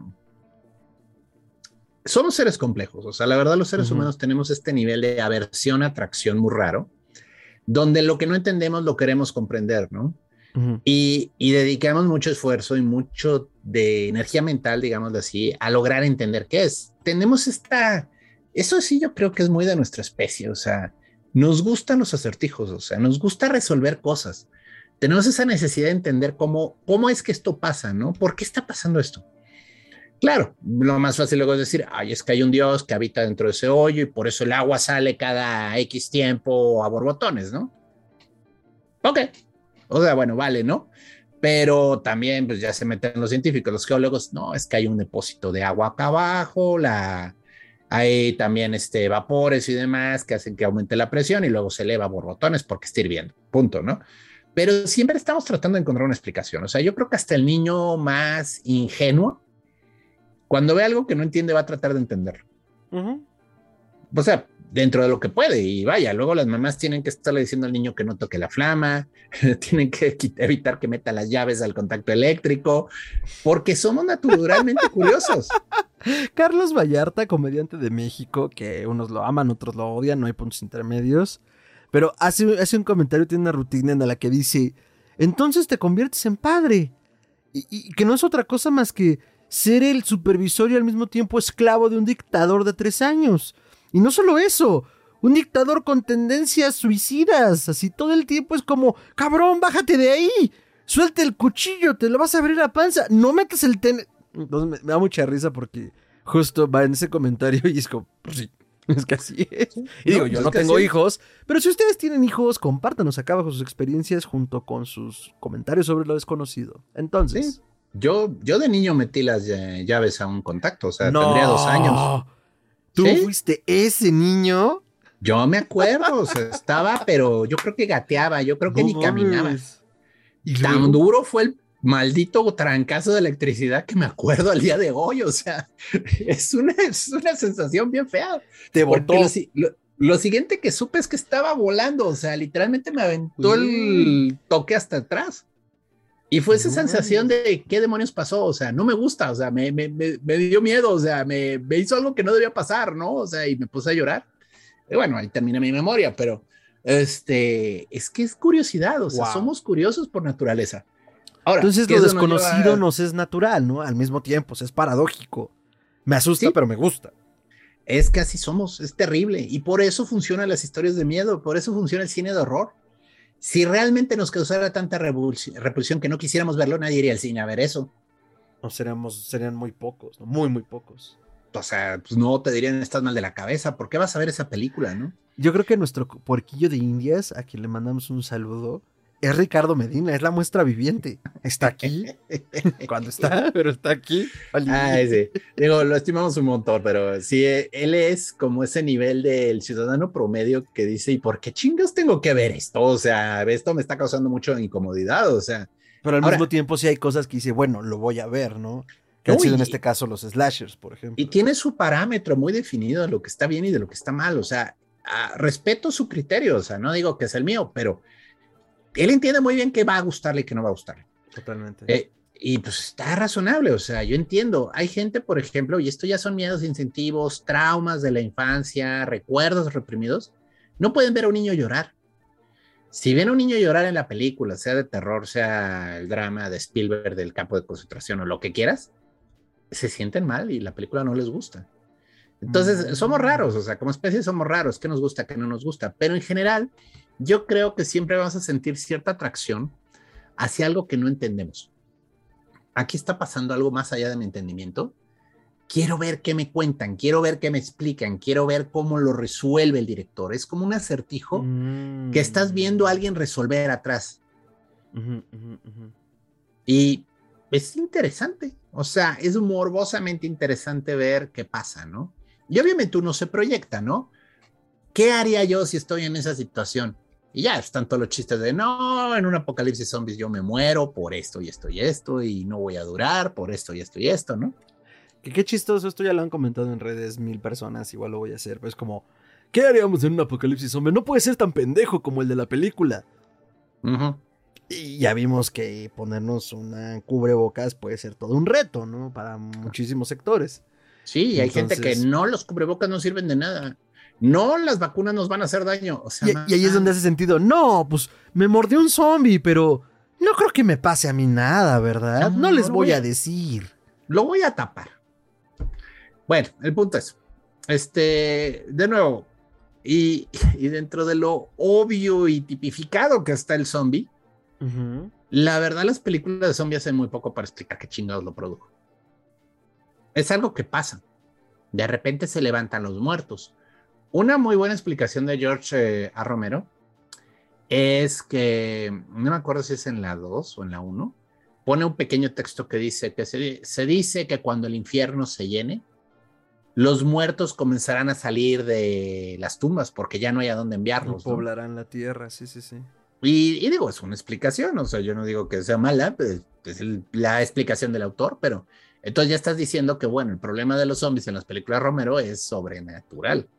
somos seres complejos. O sea, la verdad, los seres Ujú, humanos tenemos este nivel de aversión, atracción muy raro, donde lo que no entendemos lo queremos comprender, ¿no? ujú. Y, y dedicamos mucho esfuerzo y mucho de energía mental, digamos así, a lograr entender qué es. Tenemos esta, eso sí yo creo que es muy de nuestra especie, o sea, nos gustan los acertijos, o sea, nos gusta resolver cosas. Tenemos esa necesidad de entender cómo, cómo es que esto pasa, ¿no? ¿Por qué está pasando esto? Claro, lo más fácil luego es decir, ay, es que hay un Dios que habita dentro de ese hoyo y por eso el agua sale cada X tiempo a borbotones, ¿no? Ok, o sea, bueno, vale, ¿no? Pero también, pues ya se meten los científicos, los geólogos, no, es que hay un depósito de agua acá abajo, la, hay también este, vapores y demás que hacen que aumente la presión y luego se eleva a borbotones porque está hirviendo, punto, ¿no? Pero siempre estamos tratando de encontrar una explicación. O sea, yo creo que hasta el niño más ingenuo, cuando ve algo que no entiende, va a tratar de entenderlo. Ujú. O sea, dentro de lo que puede. Y vaya, luego las mamás tienen que estarle diciendo al niño que no toque la flama, tienen que evitar que meta las llaves al contacto eléctrico, porque somos naturalmente curiosos. Carlos Vallarta, comediante de México, que unos lo aman, otros lo odian, no hay puntos intermedios. Pero hace, hace un comentario, tiene una rutina en la que dice, entonces te conviertes en padre. Y, y que no es otra cosa más que ser el supervisor y al mismo tiempo esclavo de un dictador de tres años. Y no solo eso, un dictador con tendencias suicidas. Así todo el tiempo es como, cabrón, bájate de ahí. suelta el cuchillo, te lo vas a abrir la panza, no metas el ten... Entonces me, me da mucha risa porque justo va en ese comentario y es como, pues sí, es que así es. Y No, digo, pues yo es no que tengo así es. hijos, pero si ustedes tienen hijos, compártanos acá abajo sus experiencias junto con sus comentarios sobre lo desconocido. Entonces... Sí. Yo, yo de niño metí las eh, llaves a un contacto, o sea, tendría dos años. No, ¿tú ¿Sí? fuiste ese niño? Yo me acuerdo, o sea, estaba, pero yo creo que gateaba, yo creo que No ni caminaba. mames. ¿Y Tan luego? duro fue el maldito trancazo de electricidad que me acuerdo al día de hoy, o sea, es una, es una sensación bien fea. Te Porque botó. lo, si- lo- lo siguiente que supe es que estaba volando, o sea, literalmente me aventó Uy. el toque hasta atrás. Y fue esa No sensación mames. de qué demonios pasó, o sea, no me gusta, o sea, me, me, me, me dio miedo, o sea, me, me hizo algo que no debía pasar, ¿no? O sea, y me puse a llorar. Y bueno, ahí termina mi memoria, pero este, es que es curiosidad, o sea, Wow. somos curiosos por naturaleza. Ahora, Entonces que lo eso nos desconocido lleva... nos es natural, ¿no? Al mismo tiempo, o sea, es paradójico. Me asusta, Sí, pero me gusta. es que así somos, es terrible. Y por eso funcionan las historias de miedo, por eso funciona el cine de horror. Si realmente nos causara tanta repulsión, repulsión que no quisiéramos verlo, nadie iría al cine a ver eso. No seríamos, serían muy pocos, ¿no? Muy, muy pocos. O sea, pues no te dirían estás mal de la cabeza, ¿por qué vas a ver esa película, no? Yo creo que nuestro puerquillo de Indias, a quien le mandamos un saludo, es Ricardo Medina, es la muestra viviente. Está aquí. Cuando está, pero está aquí. Ay, sí. Digo, lo estimamos un montón, pero sí, él es como ese nivel del ciudadano promedio que dice, ¿y por qué chingas tengo que ver esto? O sea, esto me está causando mucha incomodidad, o sea. Pero al Ahora, mismo tiempo sí hay cosas que dice, bueno, lo voy a ver, ¿no? Que han no, sido en y, este caso los slashers, por ejemplo. y tiene su parámetro muy definido de lo que está bien y de lo que está mal, o sea, a, respeto su criterio, o sea, no digo que es el mío, pero él entiende muy bien qué va a gustarle y qué no va a gustarle. Totalmente. Eh, y pues está razonable, o sea, yo entiendo. Hay gente, por ejemplo, y esto ya son miedos, incentivos, traumas de la infancia, recuerdos reprimidos, no pueden ver a un niño llorar. Si ven a un niño llorar en la película, sea de terror, sea el drama de Spielberg del campo de concentración o lo que quieras, se sienten mal y la película no les gusta. Entonces, mm. somos raros, o sea, como especie somos raros, qué nos gusta, qué no nos gusta, pero en general, yo creo que siempre vamos a sentir cierta atracción hacia algo que no entendemos. Aquí está pasando algo más allá de mi entendimiento. Quiero ver qué me cuentan, quiero ver qué me explican, quiero ver cómo lo resuelve el director. Es como un acertijo mm. que estás viendo a alguien resolver atrás. Uh -huh, uh -huh, uh -huh. Y es interesante, o sea, es morbosamente interesante ver qué pasa, ¿no? Y obviamente uno se proyecta, ¿no? ¿Qué haría yo si estoy en esa situación? Y ya están todos los chistes de, no, en un apocalipsis zombies yo me muero por esto y esto y esto, y no voy a durar por esto y esto y esto, ¿no? Que qué chistoso, esto ya lo han comentado en redes mil personas, igual lo voy a hacer, pero es como, ¿qué haríamos en un apocalipsis zombie? No puede ser tan pendejo como el de la película. Uh -huh. Y ya vimos que ponernos una cubrebocas puede ser todo un reto, ¿no? Para muchísimos sectores. Sí, y hay Entonces... gente que no, los cubrebocas no sirven de nada. No, las vacunas nos van a hacer daño. O sea, y, y ahí es donde hace sentido. No, pues me mordió un zombie, pero no creo que me pase a mí nada, ¿verdad? No, no les voy a decir. Lo voy a tapar. Bueno, el punto es, este, de nuevo, y, y dentro de lo obvio y tipificado que está el zombie, uh-huh. la verdad las películas de zombies hacen muy poco para explicar qué chingados lo produjo. Es algo que pasa. De repente se levantan los muertos. Una muy buena explicación de George eh, A. Romero es que, no me acuerdo si es en la dos o en la uno, pone un pequeño texto que dice que se, se dice que cuando el infierno se llene, los muertos comenzarán a salir de las tumbas porque ya no hay a dónde enviarlos. Y poblarán, ¿no?, la tierra, sí, sí, sí. Y, y digo, es una explicación, o sea, yo no digo que sea mala, pues, es el, la explicación del autor, pero entonces ya estás diciendo que, bueno, el problema de los zombies en las películas Romero es sobrenatural.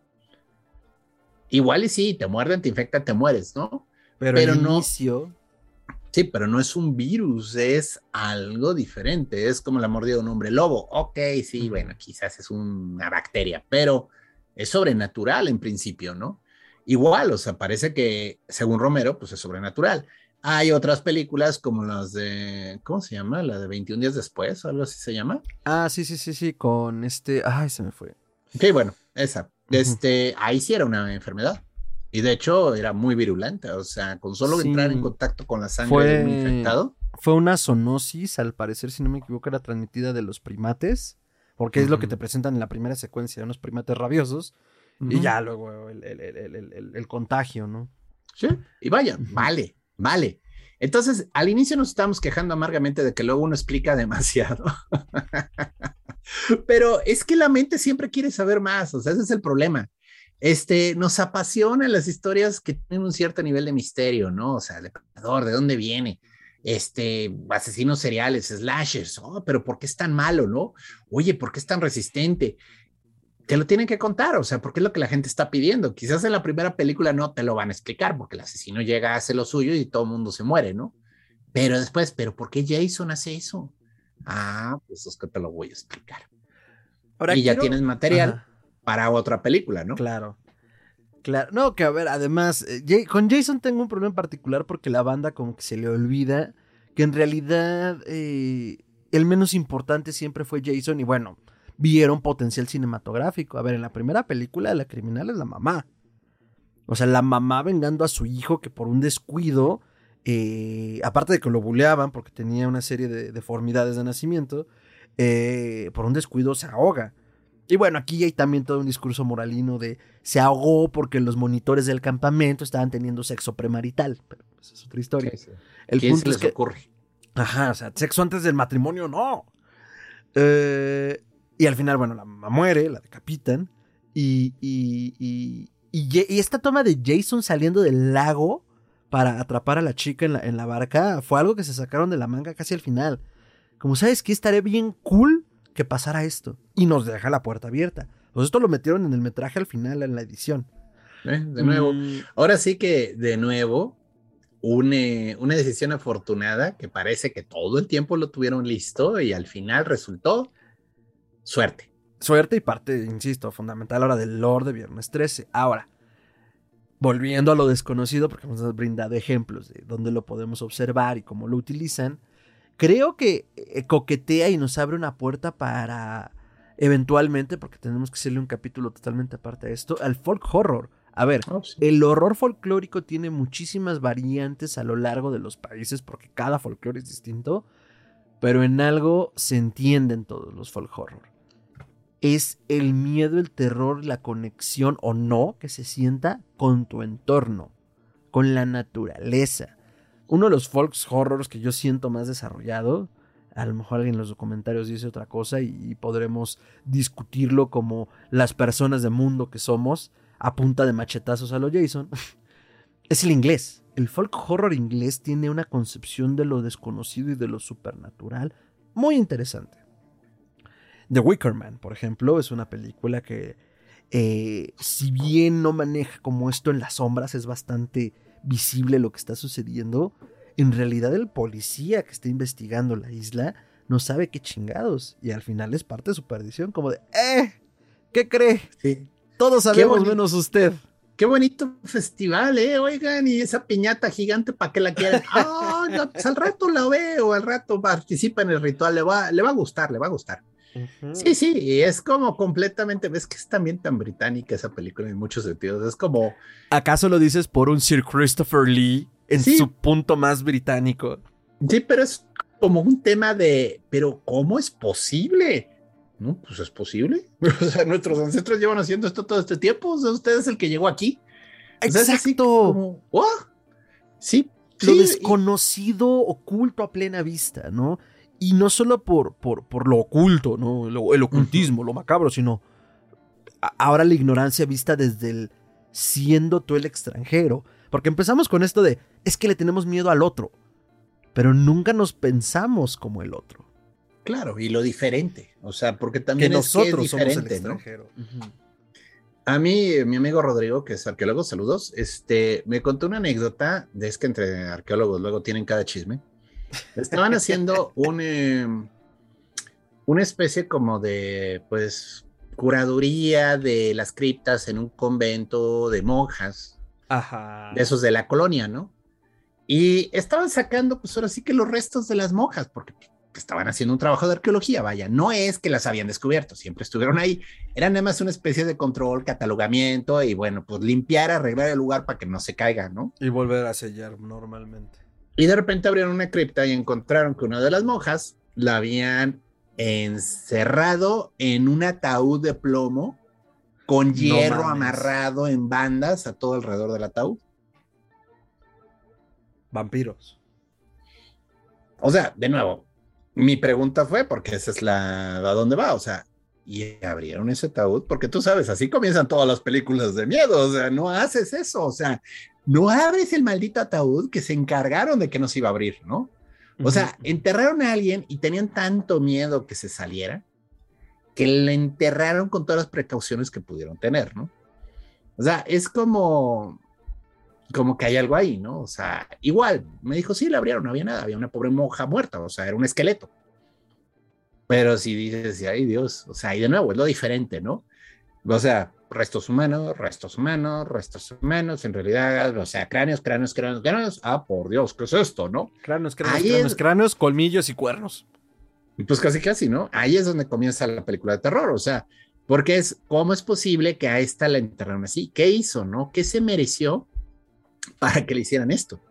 Igual y sí, te muerden, te infectan, te mueres, ¿no? Pero, pero el no, inicio... Sí, pero no es un virus, es algo diferente, es como la mordida de un hombre lobo. Ok, sí, uh-huh. bueno, quizás es una bacteria, pero es sobrenatural en principio, ¿no? Igual, o sea, parece que, según Romero, pues es sobrenatural. Hay otras películas como las de, ¿cómo se llama? La de veintiún días después, o algo así se llama. Ah, sí, sí, sí, sí, con este, ay, se me fue. Ok, bueno, esa. Uh-huh. Este, ahí sí era una enfermedad. Y de hecho era muy virulenta, o sea, con solo sí, entrar en contacto con la sangre fue, de un infectado. fue una zoonosis, al parecer, si no me equivoco, era transmitida de los primates, porque uh-huh. es lo que te presentan en la primera secuencia, unos primates rabiosos, uh-huh. y ya luego el, el, el, el, el, el contagio, ¿no? Sí, y vaya, uh-huh. vale, vale. Entonces, al inicio nos estábamos quejando amargamente de que luego uno explica demasiado. Pero es que la mente siempre quiere saber más, o sea, ese es el problema. Este, nos apasionan las historias que tienen un cierto nivel de misterio, ¿no? O sea, el depredador, ¿de dónde viene? Este, asesinos seriales, slashers, oh, pero ¿por qué es tan malo, no? Oye, ¿por qué es tan resistente? Te lo tienen que contar, o sea, porque es lo que la gente está pidiendo. Quizás en la primera película no te lo van a explicar, porque el asesino llega, hace lo suyo y todo el mundo se muere, ¿no? Pero después, ¿pero por qué Jason hace eso? Ah, pues es que te lo voy a explicar. Ahora y quiero... ya tienes material Ajá. para otra película, ¿no? Claro. Claro, no, que a ver, además, eh, Jay, con Jason tengo un problema en particular porque la banda como que se le olvida que en realidad eh, el menos importante siempre fue Jason y bueno, vieron potencial cinematográfico. A ver, en la primera película la criminal es la mamá. O sea, la mamá vengando a su hijo que por un descuido, eh, aparte de que lo buleaban porque tenía una serie de deformidades de nacimiento, eh, por un descuido se ahoga. Y bueno, aquí hay también todo un discurso moralino de se ahogó porque los monitores del campamento estaban teniendo sexo premarital. Pero esa es otra historia. Sí, sí. El punto se les es que ocurre. Ajá, o sea, sexo antes del matrimonio, no. Eh, y al final, bueno, la mamá muere, la decapitan. Y, y, y, y, y esta toma de Jason saliendo del lago para atrapar a la chica en la, en la barca fue algo que se sacaron de la manga casi al final. Como, ¿sabes qué? Estaré bien cool que pasara esto. Y nos deja la puerta abierta. Pues esto lo metieron en el metraje al final, en la edición. ¿Eh? De nuevo. Mm. Ahora sí que, de nuevo, una, una decisión afortunada que parece que todo el tiempo lo tuvieron listo y al final resultó suerte. Suerte y parte, insisto, fundamental ahora del lore de Viernes trece. Ahora, volviendo a lo desconocido, porque hemos brindado ejemplos de dónde lo podemos observar y cómo lo utilizan, creo que coquetea y nos abre una puerta para, eventualmente, porque tenemos que hacerle un capítulo totalmente aparte de esto, al folk horror. A ver, oh, sí. El horror folclórico tiene muchísimas variantes a lo largo de los países, porque cada folclore es distinto, pero en algo se entienden todos los folk horror. Es el miedo, el terror, la conexión o no que se sienta con tu entorno, con la naturaleza. Uno de los folk horrors que yo siento más desarrollado, a lo mejor alguien en los comentarios dice otra cosa y, y podremos discutirlo como las personas de mundo que somos a punta de machetazos a lo Jason, es el inglés. El folk horror inglés tiene una concepción de lo desconocido y de lo supernatural muy interesante. The Wicker Man, por ejemplo, es una película que, eh, si bien no maneja como esto en las sombras, es bastante visible lo que está sucediendo. En realidad el policía que está investigando la isla no sabe qué chingados y al final es parte de su perdición, como de ¡eh! ¿Qué cree? Sí. Todos sabemos menos usted. Qué bonito festival, eh, oigan, y esa piñata gigante, ¿para qué la quieren? Ah, oh, no, pues al rato la veo, al rato participa en el ritual, le va, le va a gustar, le va a gustar. Uh-huh. Sí, sí, y es como completamente, ves que es también tan británica esa película en muchos sentidos, es como... ¿Acaso lo dices por un Sir Christopher Lee en sí. su punto más británico? Sí, pero es como un tema de, pero ¿cómo es posible? No, pues es posible. O sea, nuestros ancestros llevan haciendo esto todo este tiempo, o sea, usted es el que llegó aquí. Exacto. O sea, es así como, oh, sí, lo sí, desconocido, y... oculto a plena vista, ¿no? Y no solo por, por, por lo oculto, ¿no? El, el ocultismo, uh-huh. lo macabro, sino a, ahora la ignorancia vista desde el siendo tú el extranjero. Porque empezamos con esto de, es que le tenemos miedo al otro, pero nunca nos pensamos como el otro. Claro, y lo diferente, o sea, porque también que es nosotros que es diferente, somos el extranjero. ¿no? Uh-huh. A mí, mi amigo Rodrigo, que es arqueólogo, saludos, este, me contó una anécdota, de es que entre arqueólogos luego tienen cada chisme. Estaban haciendo un, eh, una especie como de, pues, curaduría de las criptas en un convento de monjas, Ajá. de esos de la colonia, ¿no? Y estaban sacando, pues ahora sí que los restos de las monjas, porque estaban haciendo un trabajo de arqueología, vaya, no es que las habían descubierto, siempre estuvieron ahí, eran nada más una especie de control, catalogamiento y bueno, pues limpiar, arreglar el lugar para que no se caiga, ¿no? Y volver a sellar normalmente. Y de repente abrieron una cripta y encontraron que una de las monjas la habían encerrado en un ataúd de plomo con No hierro mames. amarrado en bandas a todo alrededor del ataúd. Vampiros. O sea, de nuevo, mi pregunta fue, porque esa es la a dónde va, o sea, y abrieron ese ataúd, porque tú sabes, así comienzan todas las películas de miedo, o sea, no haces eso, o sea, no abres el maldito ataúd que se encargaron de que no se iba a abrir, ¿no? O sea, enterraron a alguien y tenían tanto miedo que se saliera, que le enterraron con todas las precauciones que pudieron tener, ¿no? O sea, es como, como que hay algo ahí, ¿no? O sea, igual, me dijo, sí, la abrieron, no había nada, había una pobre monja muerta, o sea, era un esqueleto. Pero si dices, ay Dios, o sea, y de nuevo, es lo diferente, ¿no? O sea, restos humanos, restos humanos, restos humanos, en realidad, o sea, cráneos, cráneos, cráneos, cráneos, ah, por Dios, ¿qué es esto, no? Cráneos, cráneos, Ahí cráneos, es, cráneos, colmillos y cuernos. pues casi, casi, ¿no? Ahí es donde comienza la película de terror, o sea, porque es, ¿cómo es posible que a esta la enterraron así? ¿Qué hizo, no? ¿Qué se mereció para que le hicieran esto?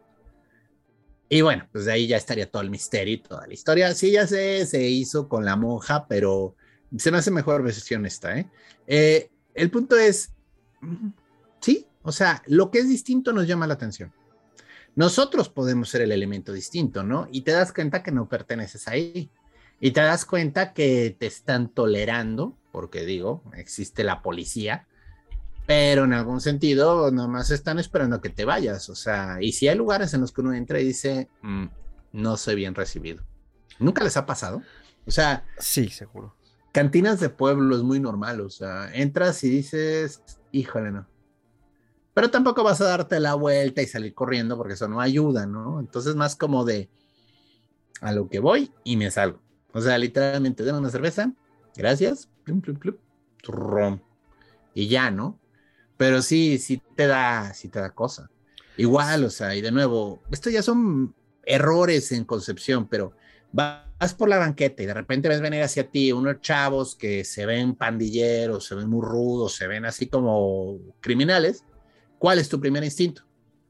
Y bueno, pues de ahí ya estaría todo el misterio y toda la historia. Sí, ya sé, se hizo con la monja, pero se me hace mejor versión esta, ¿eh? Eh, el punto es, sí, o sea, lo que es distinto nos llama la atención. Nosotros podemos ser el elemento distinto, ¿no? Y te das cuenta que no perteneces ahí. Y te das cuenta que te están tolerando, porque digo, existe la policía, pero en algún sentido nomás están esperando a que te vayas, o sea, y si hay lugares en los que uno entra y dice, mm, no soy bien recibido. ¿Nunca les ha pasado? O sea, sí, seguro. Cantinas de pueblo es muy normal, o sea, entras y dices, híjole, no. Pero tampoco vas a darte la vuelta y salir corriendo porque eso no ayuda, ¿no? Entonces más como de a lo que voy y me salgo. O sea, literalmente, dame una cerveza, gracias, plum, plum, plum, rom, y ya, ¿no? Pero sí, sí te da, sí te da cosa. Igual, o sea, y de nuevo, esto ya son errores en concepción, pero vas por la banqueta y de repente ves venir hacia ti unos chavos que se ven pandilleros, se ven muy rudos, se ven así como criminales. ¿Cuál es tu primer instinto?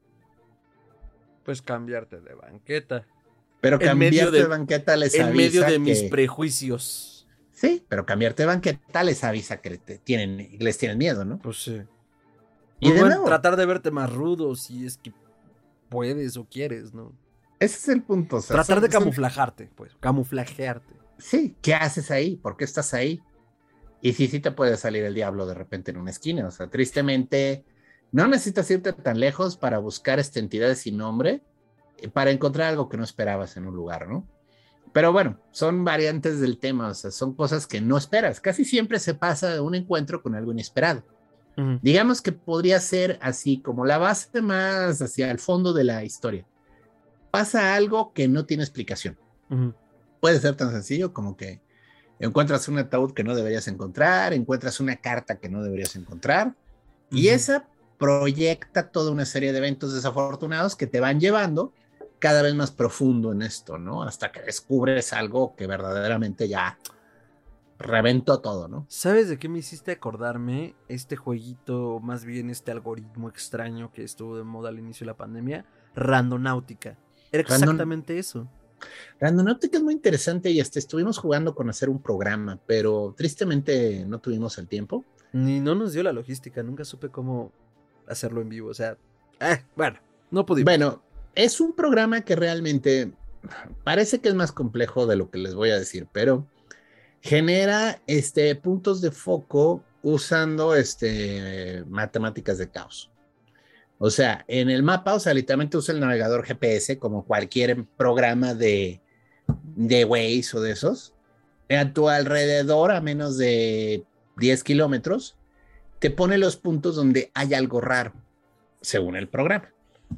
Pues cambiarte de banqueta. Pero En medio cambiarte de, de, banqueta les en medio avisa de que... mis prejuicios. Sí, pero cambiarte de banqueta les avisa que te tienen, les tienen miedo, ¿no? Pues sí. Y Pues de bueno, nuevo, tratar de verte más rudo si es que puedes o quieres, ¿no? ese es el punto. O sea, tratar son, de camuflajarte, pues, camuflajearte. Sí, ¿qué haces ahí? ¿Por qué estás ahí? Y sí, sí te puede salir el diablo de repente en una esquina. O sea, tristemente, no necesitas irte tan lejos para buscar esta entidad sin nombre, para encontrar algo que no esperabas en un lugar, ¿no? Pero bueno, son variantes del tema, o sea, son cosas que no esperas. Casi siempre se pasa de un encuentro con algo inesperado. Uh-huh. Digamos que podría ser así, como la base más hacia el fondo de la historia. Pasa algo que no tiene explicación. Uh-huh. Puede ser tan sencillo como que encuentras un ataúd que no deberías encontrar, encuentras una carta que no deberías encontrar, uh-huh. y esa proyecta toda una serie de eventos desafortunados que te van llevando cada vez más profundo en esto, ¿no? Hasta que descubres algo que verdaderamente ya reventó todo, ¿no? ¿Sabes de qué me hiciste acordarme? Este jueguito, más bien este algoritmo extraño que estuvo de moda al inicio de la pandemia, Randonáutica. Era exactamente Random... eso. Randonáutica es muy interesante y hasta estuvimos jugando con hacer un programa, pero tristemente no tuvimos el tiempo. Ni no nos dio la logística, nunca supe cómo hacerlo en vivo, o sea, eh, bueno, no pudimos. Bueno, es un programa que realmente parece que es más complejo de lo que les voy a decir, pero genera este, puntos de foco usando este, matemáticas de caos. O sea, en el mapa, o sea, literalmente usa el navegador G P S como cualquier programa de, de Waze o de esos. A tu alrededor, a menos de diez kilómetros, te pone los puntos donde hay algo raro, según el programa.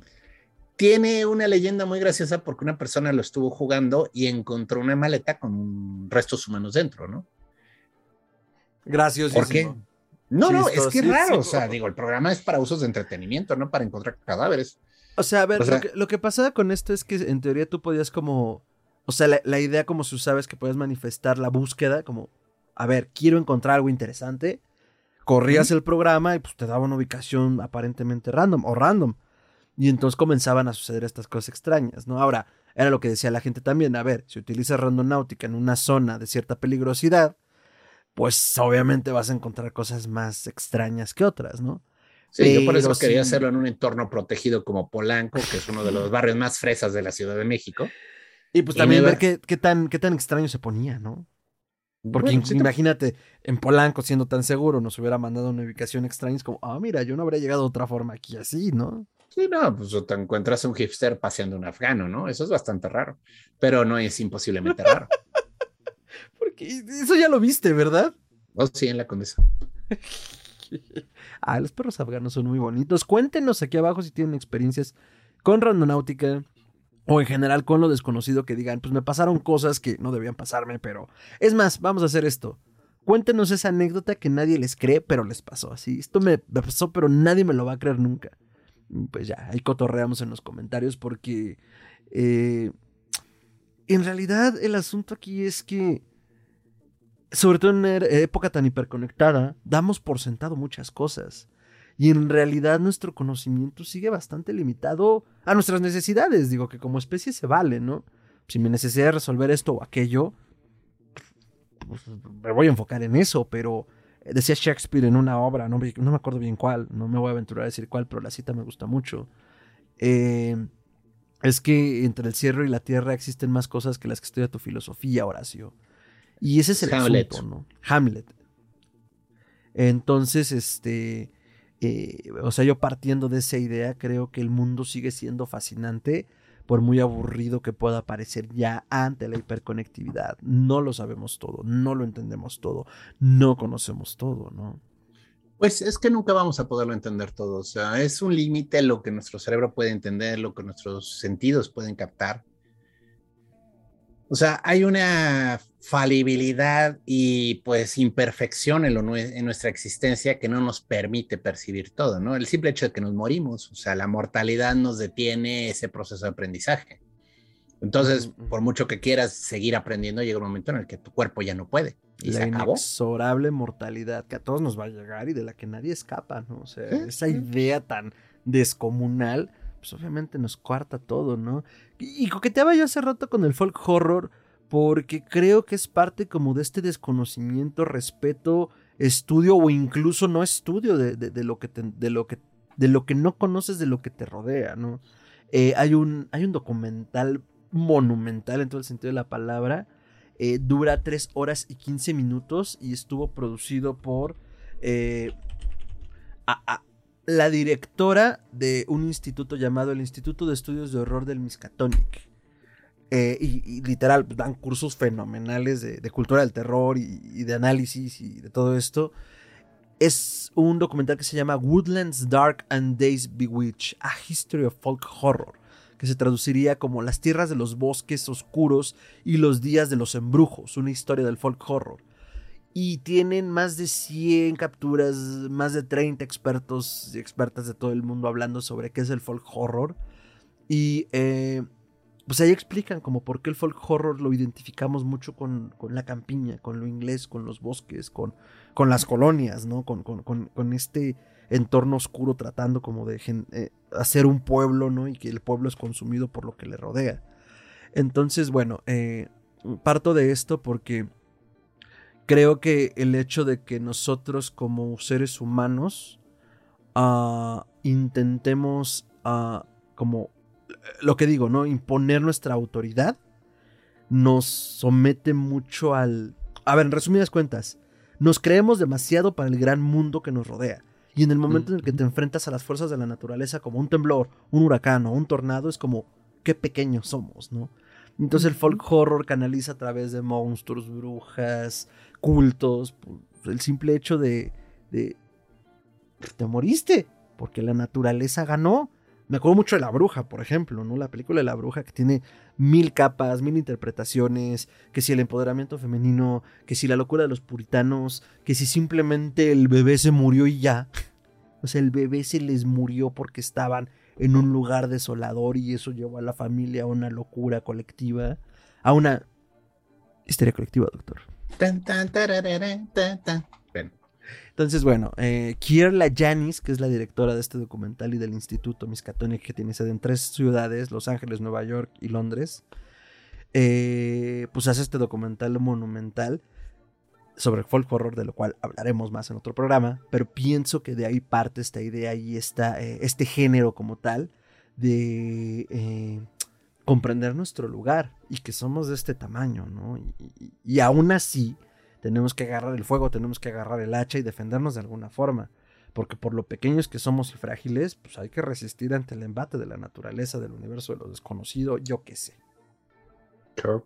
Tiene una leyenda muy graciosa porque una persona lo estuvo jugando y encontró una maleta con restos humanos dentro, ¿no? Graciosísimo. ¿Por qué? No, no, es que es raro, o sea, digo, el programa es para usos de entretenimiento, no para encontrar cadáveres. O sea, a ver, o sea, lo, que, lo que pasaba con esto es que en teoría tú podías como, o sea, la, la idea como se usaba es que podías manifestar la búsqueda, como, a ver, quiero encontrar algo interesante, corrías ¿Mm? el programa y pues te daba una ubicación aparentemente random o random. Y entonces comenzaban a suceder estas cosas extrañas, ¿no? Ahora, era lo que decía la gente también. A ver, si utilizas randonáutica en una zona de cierta peligrosidad, pues obviamente vas a encontrar cosas más extrañas que otras, ¿no? Sí, yo por Pero eso quería sí. hacerlo en un entorno protegido como Polanco, que es uno de los barrios más fresas de la Ciudad de México. Y pues Y me también ver iba, qué, qué tan, qué tan extraño se ponía, ¿no? Porque bueno, in- sí, te- imagínate, en Polanco siendo tan seguro, nos hubiera mandado una ubicación extraña. Es como, ah, mira, yo no habría llegado de otra forma aquí así, ¿no? sí, no, pues o te encuentras un hipster paseando un afgano, ¿no? Eso es bastante raro, pero no es imposiblemente raro. Porque eso ya lo viste, ¿verdad? O sí, en la Condesa. Ah, los perros afganos son muy bonitos. Cuéntenos aquí abajo si tienen experiencias con randonáutica o en general con lo desconocido que digan, pues me pasaron cosas que no debían pasarme, pero... Es más, vamos a hacer esto. Cuéntenos esa anécdota que nadie les cree, pero les pasó así. Esto me, me pasó, pero nadie me lo va a creer nunca. Pues ya, ahí cotorreamos en los comentarios porque... eh, en realidad el asunto aquí es que sobre todo en una época tan hiperconectada, damos por sentado muchas cosas. Y en realidad nuestro conocimiento sigue bastante limitado a nuestras necesidades. Digo que como especie se vale, ¿no? Si mi necesidad es resolver esto o aquello, pues me voy a enfocar en eso, pero decía Shakespeare en una obra, no me, no me acuerdo bien cuál, no me voy a aventurar a decir cuál, pero la cita me gusta mucho. Eh, es que entre el cielo y la tierra existen más cosas que las que estudia tu filosofía, Horacio. Y ese es Es el asunto, Hamlet. ¿no? Hamlet. Entonces, este, eh, o sea, yo partiendo de esa idea, creo que el mundo sigue siendo fascinante, por muy aburrido que pueda parecer ya ante la hiperconectividad. No lo sabemos todo, no lo entendemos todo, no conocemos todo, ¿no? Pues es que nunca vamos a poderlo entender todo. O sea, es un límite lo que nuestro cerebro puede entender, lo que nuestros sentidos pueden captar. O sea, hay una falibilidad y pues imperfección en, lo, en nuestra existencia que no nos permite percibir todo, ¿no? El simple hecho de que nos morimos, o sea, la mortalidad nos detiene ese proceso de aprendizaje. Ujú, Entonces, por ujú. mucho que quieras seguir aprendiendo, llega un momento en el que tu cuerpo ya no puede y se La acabó. inexorable mortalidad que a todos nos va a llegar y de la que nadie escapa, ¿no? O sea, Sí, esa sí. idea tan descomunal, pues obviamente nos cuarta todo, ¿no? Y, y coqueteaba yo hace rato con el folk horror porque creo que es parte como de este desconocimiento, respeto, estudio o incluso no estudio de, de, de lo, que te, de, lo, que, de lo que no conoces de lo que te rodea, ¿no? Eh, hay, un, hay un documental monumental en todo el sentido de la palabra. Eh, dura tres horas y quince minutos y estuvo producido por eh, a, a, la directora de un instituto llamado el Instituto de Estudios de Horror del Miskatonic. Eh, y, y, literal, dan cursos fenomenales de, de cultura del terror y, y de análisis y de todo esto. Es un documental que se llama Woodlands Dark and Days Bewitched, A History of Folk Horror, que se traduciría como Las tierras de los bosques oscuros y los días de los embrujos, una historia del folk horror. Y tienen más de cien capturas, más de treinta expertos y expertas de todo el mundo hablando sobre qué es el folk horror. Y eh, pues ahí explican como por qué el folk horror lo identificamos mucho con, con la campiña, con lo inglés, con los bosques, con, con las colonias, ¿no? Con, con, con, con este entorno oscuro tratando como de gen, eh, hacer un pueblo, ¿no? Y que el pueblo es consumido por lo que le rodea. Entonces, bueno, eh, parto de esto porque creo que el hecho de que nosotros como seres humanos uh, intentemos uh, como lo que digo, ¿no? Imponer nuestra autoridad nos somete mucho al... A ver, en resumidas cuentas, nos creemos demasiado para el gran mundo que nos rodea. Y en el momento en el que te enfrentas a las fuerzas de la naturaleza como un temblor, un huracán o un tornado, es como, qué pequeños somos, ¿no? Entonces el folk horror canaliza a través de monstruos, brujas, cultos, el simple hecho de, de... Te moriste, porque la naturaleza ganó. Me acuerdo mucho de La Bruja, por ejemplo, ¿no? La película de La Bruja que tiene mil capas, mil interpretaciones, que si el empoderamiento femenino, que si la locura de los puritanos, que si simplemente el bebé se murió y ya. O sea, el bebé se les murió porque estaban en un lugar desolador y eso llevó a la familia a una locura colectiva, a una histeria colectiva, doctor. Tan, tan, tararara, tan, tan. Bueno, Entonces, bueno, eh, Kier Janis, que es la directora de este documental y del Instituto Miskatonic, que tiene sede en tres ciudades, Los Ángeles, Nueva York y Londres, eh, pues hace este documental monumental sobre folk horror, de lo cual hablaremos más en otro programa, pero pienso que de ahí parte esta idea y esta, eh, este género como tal de eh, comprender nuestro lugar y que somos de este tamaño, ¿no? Y, y, y aún así tenemos que agarrar el fuego, tenemos que agarrar el hacha y defendernos de alguna forma, porque por lo pequeños que somos y frágiles, pues hay que resistir ante el embate de la naturaleza, del universo, de lo desconocido, yo qué sé. Sure.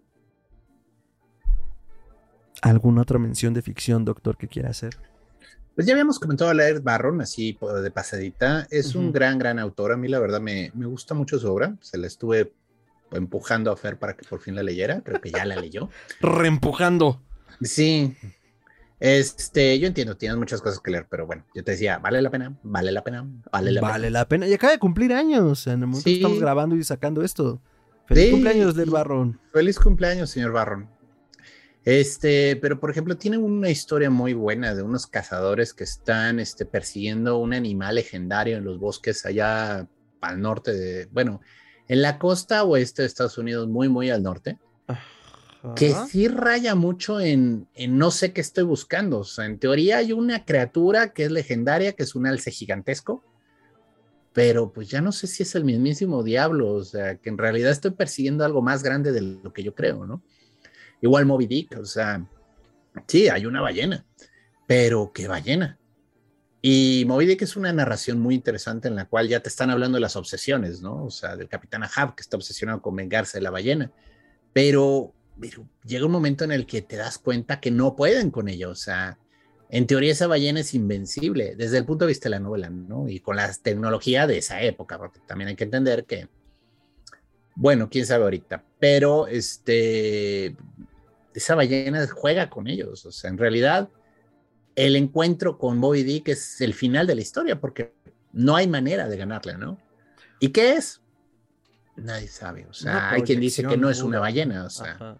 ¿Alguna otra mención de ficción, doctor, que quiera hacer? Pues ya habíamos comentado a Laird Barron, así de pasadita. Es uh-huh. un gran, gran autor. A mí, la verdad, me, me gusta mucho su obra. Se la estuve empujando a Fer para que por fin la leyera. Creo que ya la leyó. Reempujando. Sí. Este, yo entiendo, tienes muchas cosas que leer, pero bueno, yo te decía, vale la pena, vale la pena, vale la vale pena. Vale la pena. Y acaba de cumplir años. En el momento sí. que estamos grabando y sacando esto. Feliz sí. cumpleaños, Laird Barron. Feliz cumpleaños, señor Barron. Este, pero por ejemplo, tiene una historia muy buena de unos cazadores que están este, persiguiendo un animal legendario en los bosques allá al norte de, bueno, en la costa oeste de Estados Unidos, muy, muy al norte, Ajá. que sí raya mucho en, en no sé qué estoy buscando. O sea, en teoría hay una criatura que es legendaria, que es un alce gigantesco, pero pues ya no sé si es el mismísimo diablo, o sea, que en realidad estoy persiguiendo algo más grande de lo que yo creo, ¿no? Igual Moby Dick, o sea, sí, hay una ballena, pero ¿qué ballena? Y Moby Dick es una narración muy interesante en la cual ya te están hablando de las obsesiones, ¿no? O sea, del capitán Ahab que está obsesionado con vengarse de la ballena, pero, pero llega un momento en el que te das cuenta que no pueden con ello, o sea, en teoría esa ballena es invencible desde el punto de vista de la novela, ¿no? Y con la tecnología de esa época, porque también hay que entender que bueno, quién sabe ahorita, pero este, esa ballena juega con ellos, o sea, en realidad el encuentro con Moby Dick es el final de la historia, porque no hay manera de ganarle, ¿no? ¿Y qué es? Nadie sabe, o sea, hay quien dice que no es una ballena, o sea. Ajá.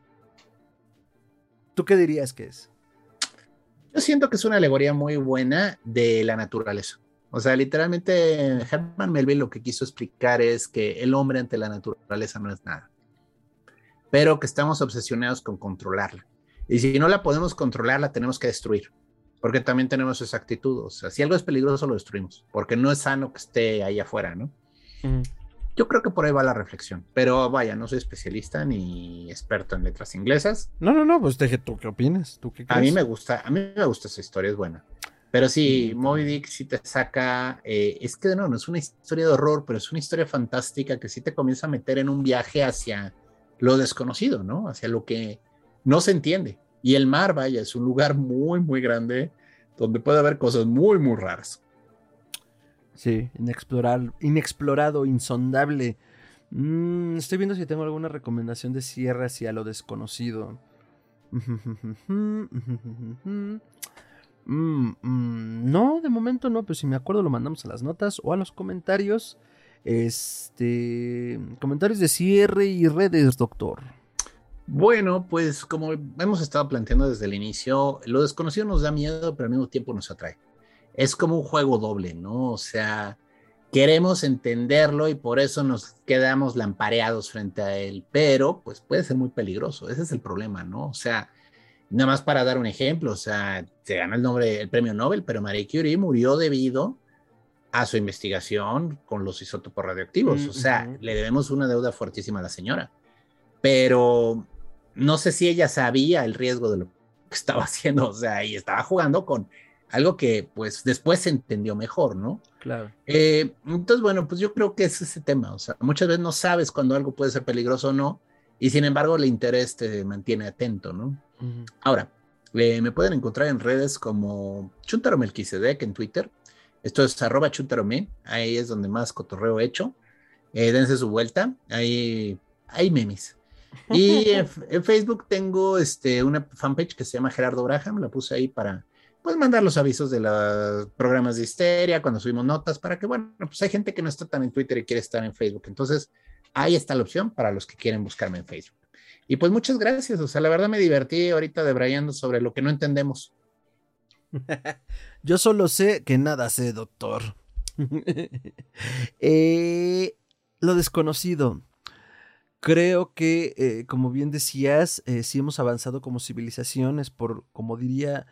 ¿Tú qué dirías que es? Yo siento que es una alegoría muy buena de la naturaleza. O sea, literalmente Herman Melville lo que quiso explicar es que el hombre ante la naturaleza no es nada, pero que estamos obsesionados con controlarla. Y si no la podemos controlar, la tenemos que destruir, porque también tenemos esa actitud. O sea, si algo es peligroso, lo destruimos, porque no es sano que esté ahí afuera, ¿no? Uh-huh. Yo creo que por ahí va la reflexión, pero vaya, no soy especialista ni experto en letras inglesas. No, no, no, pues deje tú qué opinas, ¿tú qué crees? A mí me gusta, a mí me gusta esa historia, es buena. Pero sí, sí, Moby Dick sí te saca, eh, es que no, no es una historia de horror, pero es una historia fantástica que sí te comienza a meter en un viaje hacia lo desconocido, ¿no? Hacia lo que no se entiende. Y el mar, vaya, es un lugar muy, muy grande donde puede haber cosas muy, muy raras. Sí, inexplorar, inexplorado, insondable. Mm, estoy viendo si tengo alguna recomendación de cierre hacia lo desconocido. Mm, mm, no, de momento no, pero si me acuerdo lo mandamos a las notas o a los comentarios. Este, comentarios de cierre y redes, doctor. Bueno, pues como hemos estado planteando desde el inicio, lo desconocido nos da miedo, pero al mismo tiempo nos atrae. Es como un juego doble, ¿no? O sea, queremos entenderlo y por eso nos quedamos lampareados frente a él, pero pues puede ser muy peligroso. Ese es el problema, ¿no? O sea, nada más para dar un ejemplo, o sea, se ganó el, nombre, el premio Nobel, pero Marie Curie murió debido a su investigación con los isótopos radioactivos. Mm-hmm. O sea, le debemos una deuda fuertísima a la señora. Pero no sé si ella sabía el riesgo de lo que estaba haciendo, o sea, y estaba jugando con algo que pues después se entendió mejor, ¿no? Claro. Eh, entonces, bueno, pues yo creo que es ese tema, o sea, muchas veces no sabes cuando algo puede ser peligroso o no, y sin embargo el interés te mantiene atento, ¿no? Uh-huh. Ahora, eh, me pueden encontrar en redes como Chuntaro Melquisedec en Twitter, esto es arroba chuntarome, ahí es donde más cotorreo he hecho, eh, dense su vuelta, ahí hay memes. Y en, en Facebook tengo este, una fanpage que se llama Gerardo Braham, la puse ahí para pues mandar los avisos de los programas de Histeria, cuando subimos notas, para que, bueno, pues hay gente que no está tan en Twitter y quiere estar en Facebook. Entonces, ahí está la opción para los que quieren buscarme en Facebook. Y pues muchas gracias, o sea, la verdad me divertí ahorita debrayando sobre lo que no entendemos. Yo solo sé que nada sé, doctor. eh, lo desconocido. Creo que, eh, como bien decías, eh, sí hemos avanzado como civilizaciones por, como diría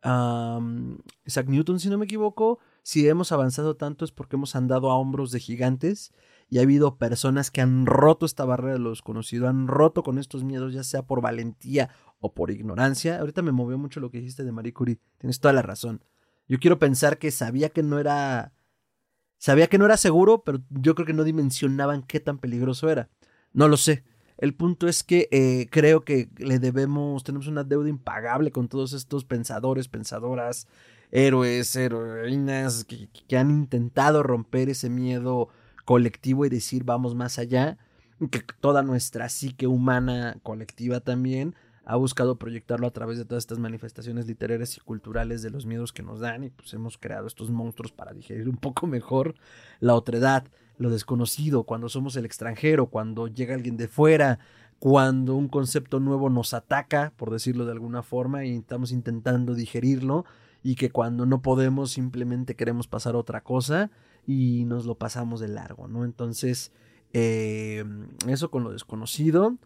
um, Isaac Newton, si no me equivoco, si hemos avanzado tanto es porque hemos andado a hombros de gigantes y ha habido personas que han roto esta barrera de lo desconocido, han roto con estos miedos, ya sea por valentía o por ignorancia. Ahorita me movió mucho lo que dijiste de Marie Curie, tienes toda la razón. Yo quiero pensar que sabía que no era, sabía que no era seguro, pero yo creo que no dimensionaban qué tan peligroso era. No lo sé. El punto es que eh, creo que le debemos, tenemos una deuda impagable con todos estos pensadores, pensadoras, héroes, heroínas que, que han intentado romper ese miedo colectivo y decir vamos más allá. Que toda nuestra psique humana colectiva también ha buscado proyectarlo a través de todas estas manifestaciones literarias y culturales de los miedos que nos dan y pues hemos creado estos monstruos para digerir un poco mejor la otredad, lo desconocido, cuando somos el extranjero, cuando llega alguien de fuera, cuando un concepto nuevo nos ataca, por decirlo de alguna forma, y estamos intentando digerirlo, y que cuando no podemos simplemente queremos pasar a otra cosa y nos lo pasamos de largo, ¿no? Entonces, eh, eso con lo desconocido.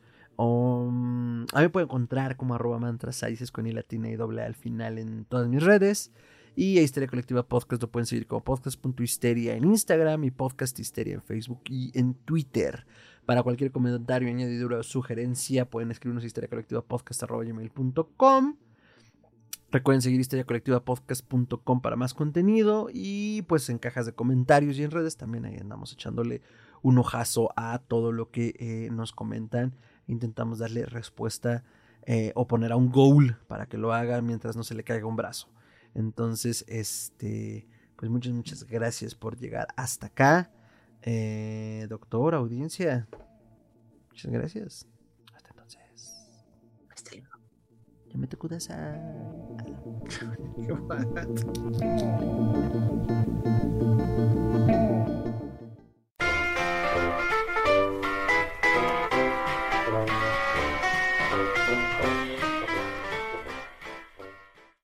Um, a mí me pueden encontrar como arroba mantrasaices con i latina y doble a al final en todas mis redes. Y a Histeria Colectiva Podcast lo pueden seguir como podcast.histeria en Instagram y Podcast Histeria en Facebook y en Twitter. Para cualquier comentario, añadidura o sugerencia pueden escribirnos a histeriacolectivapodcast arroba gmail punto com. Recuerden seguir histeria colectiva podcast punto com para más contenido y pues en cajas de comentarios y en redes también ahí andamos echándole un ojazo a todo lo que eh, nos comentan. Intentamos darle respuesta eh, o poner a un goal para que lo haga mientras no se le caiga un brazo. Entonces, este, pues muchas, muchas gracias por llegar hasta acá. Eh, doctor, audiencia, muchas gracias. Hasta entonces. Hasta luego. Ya me te kudasai.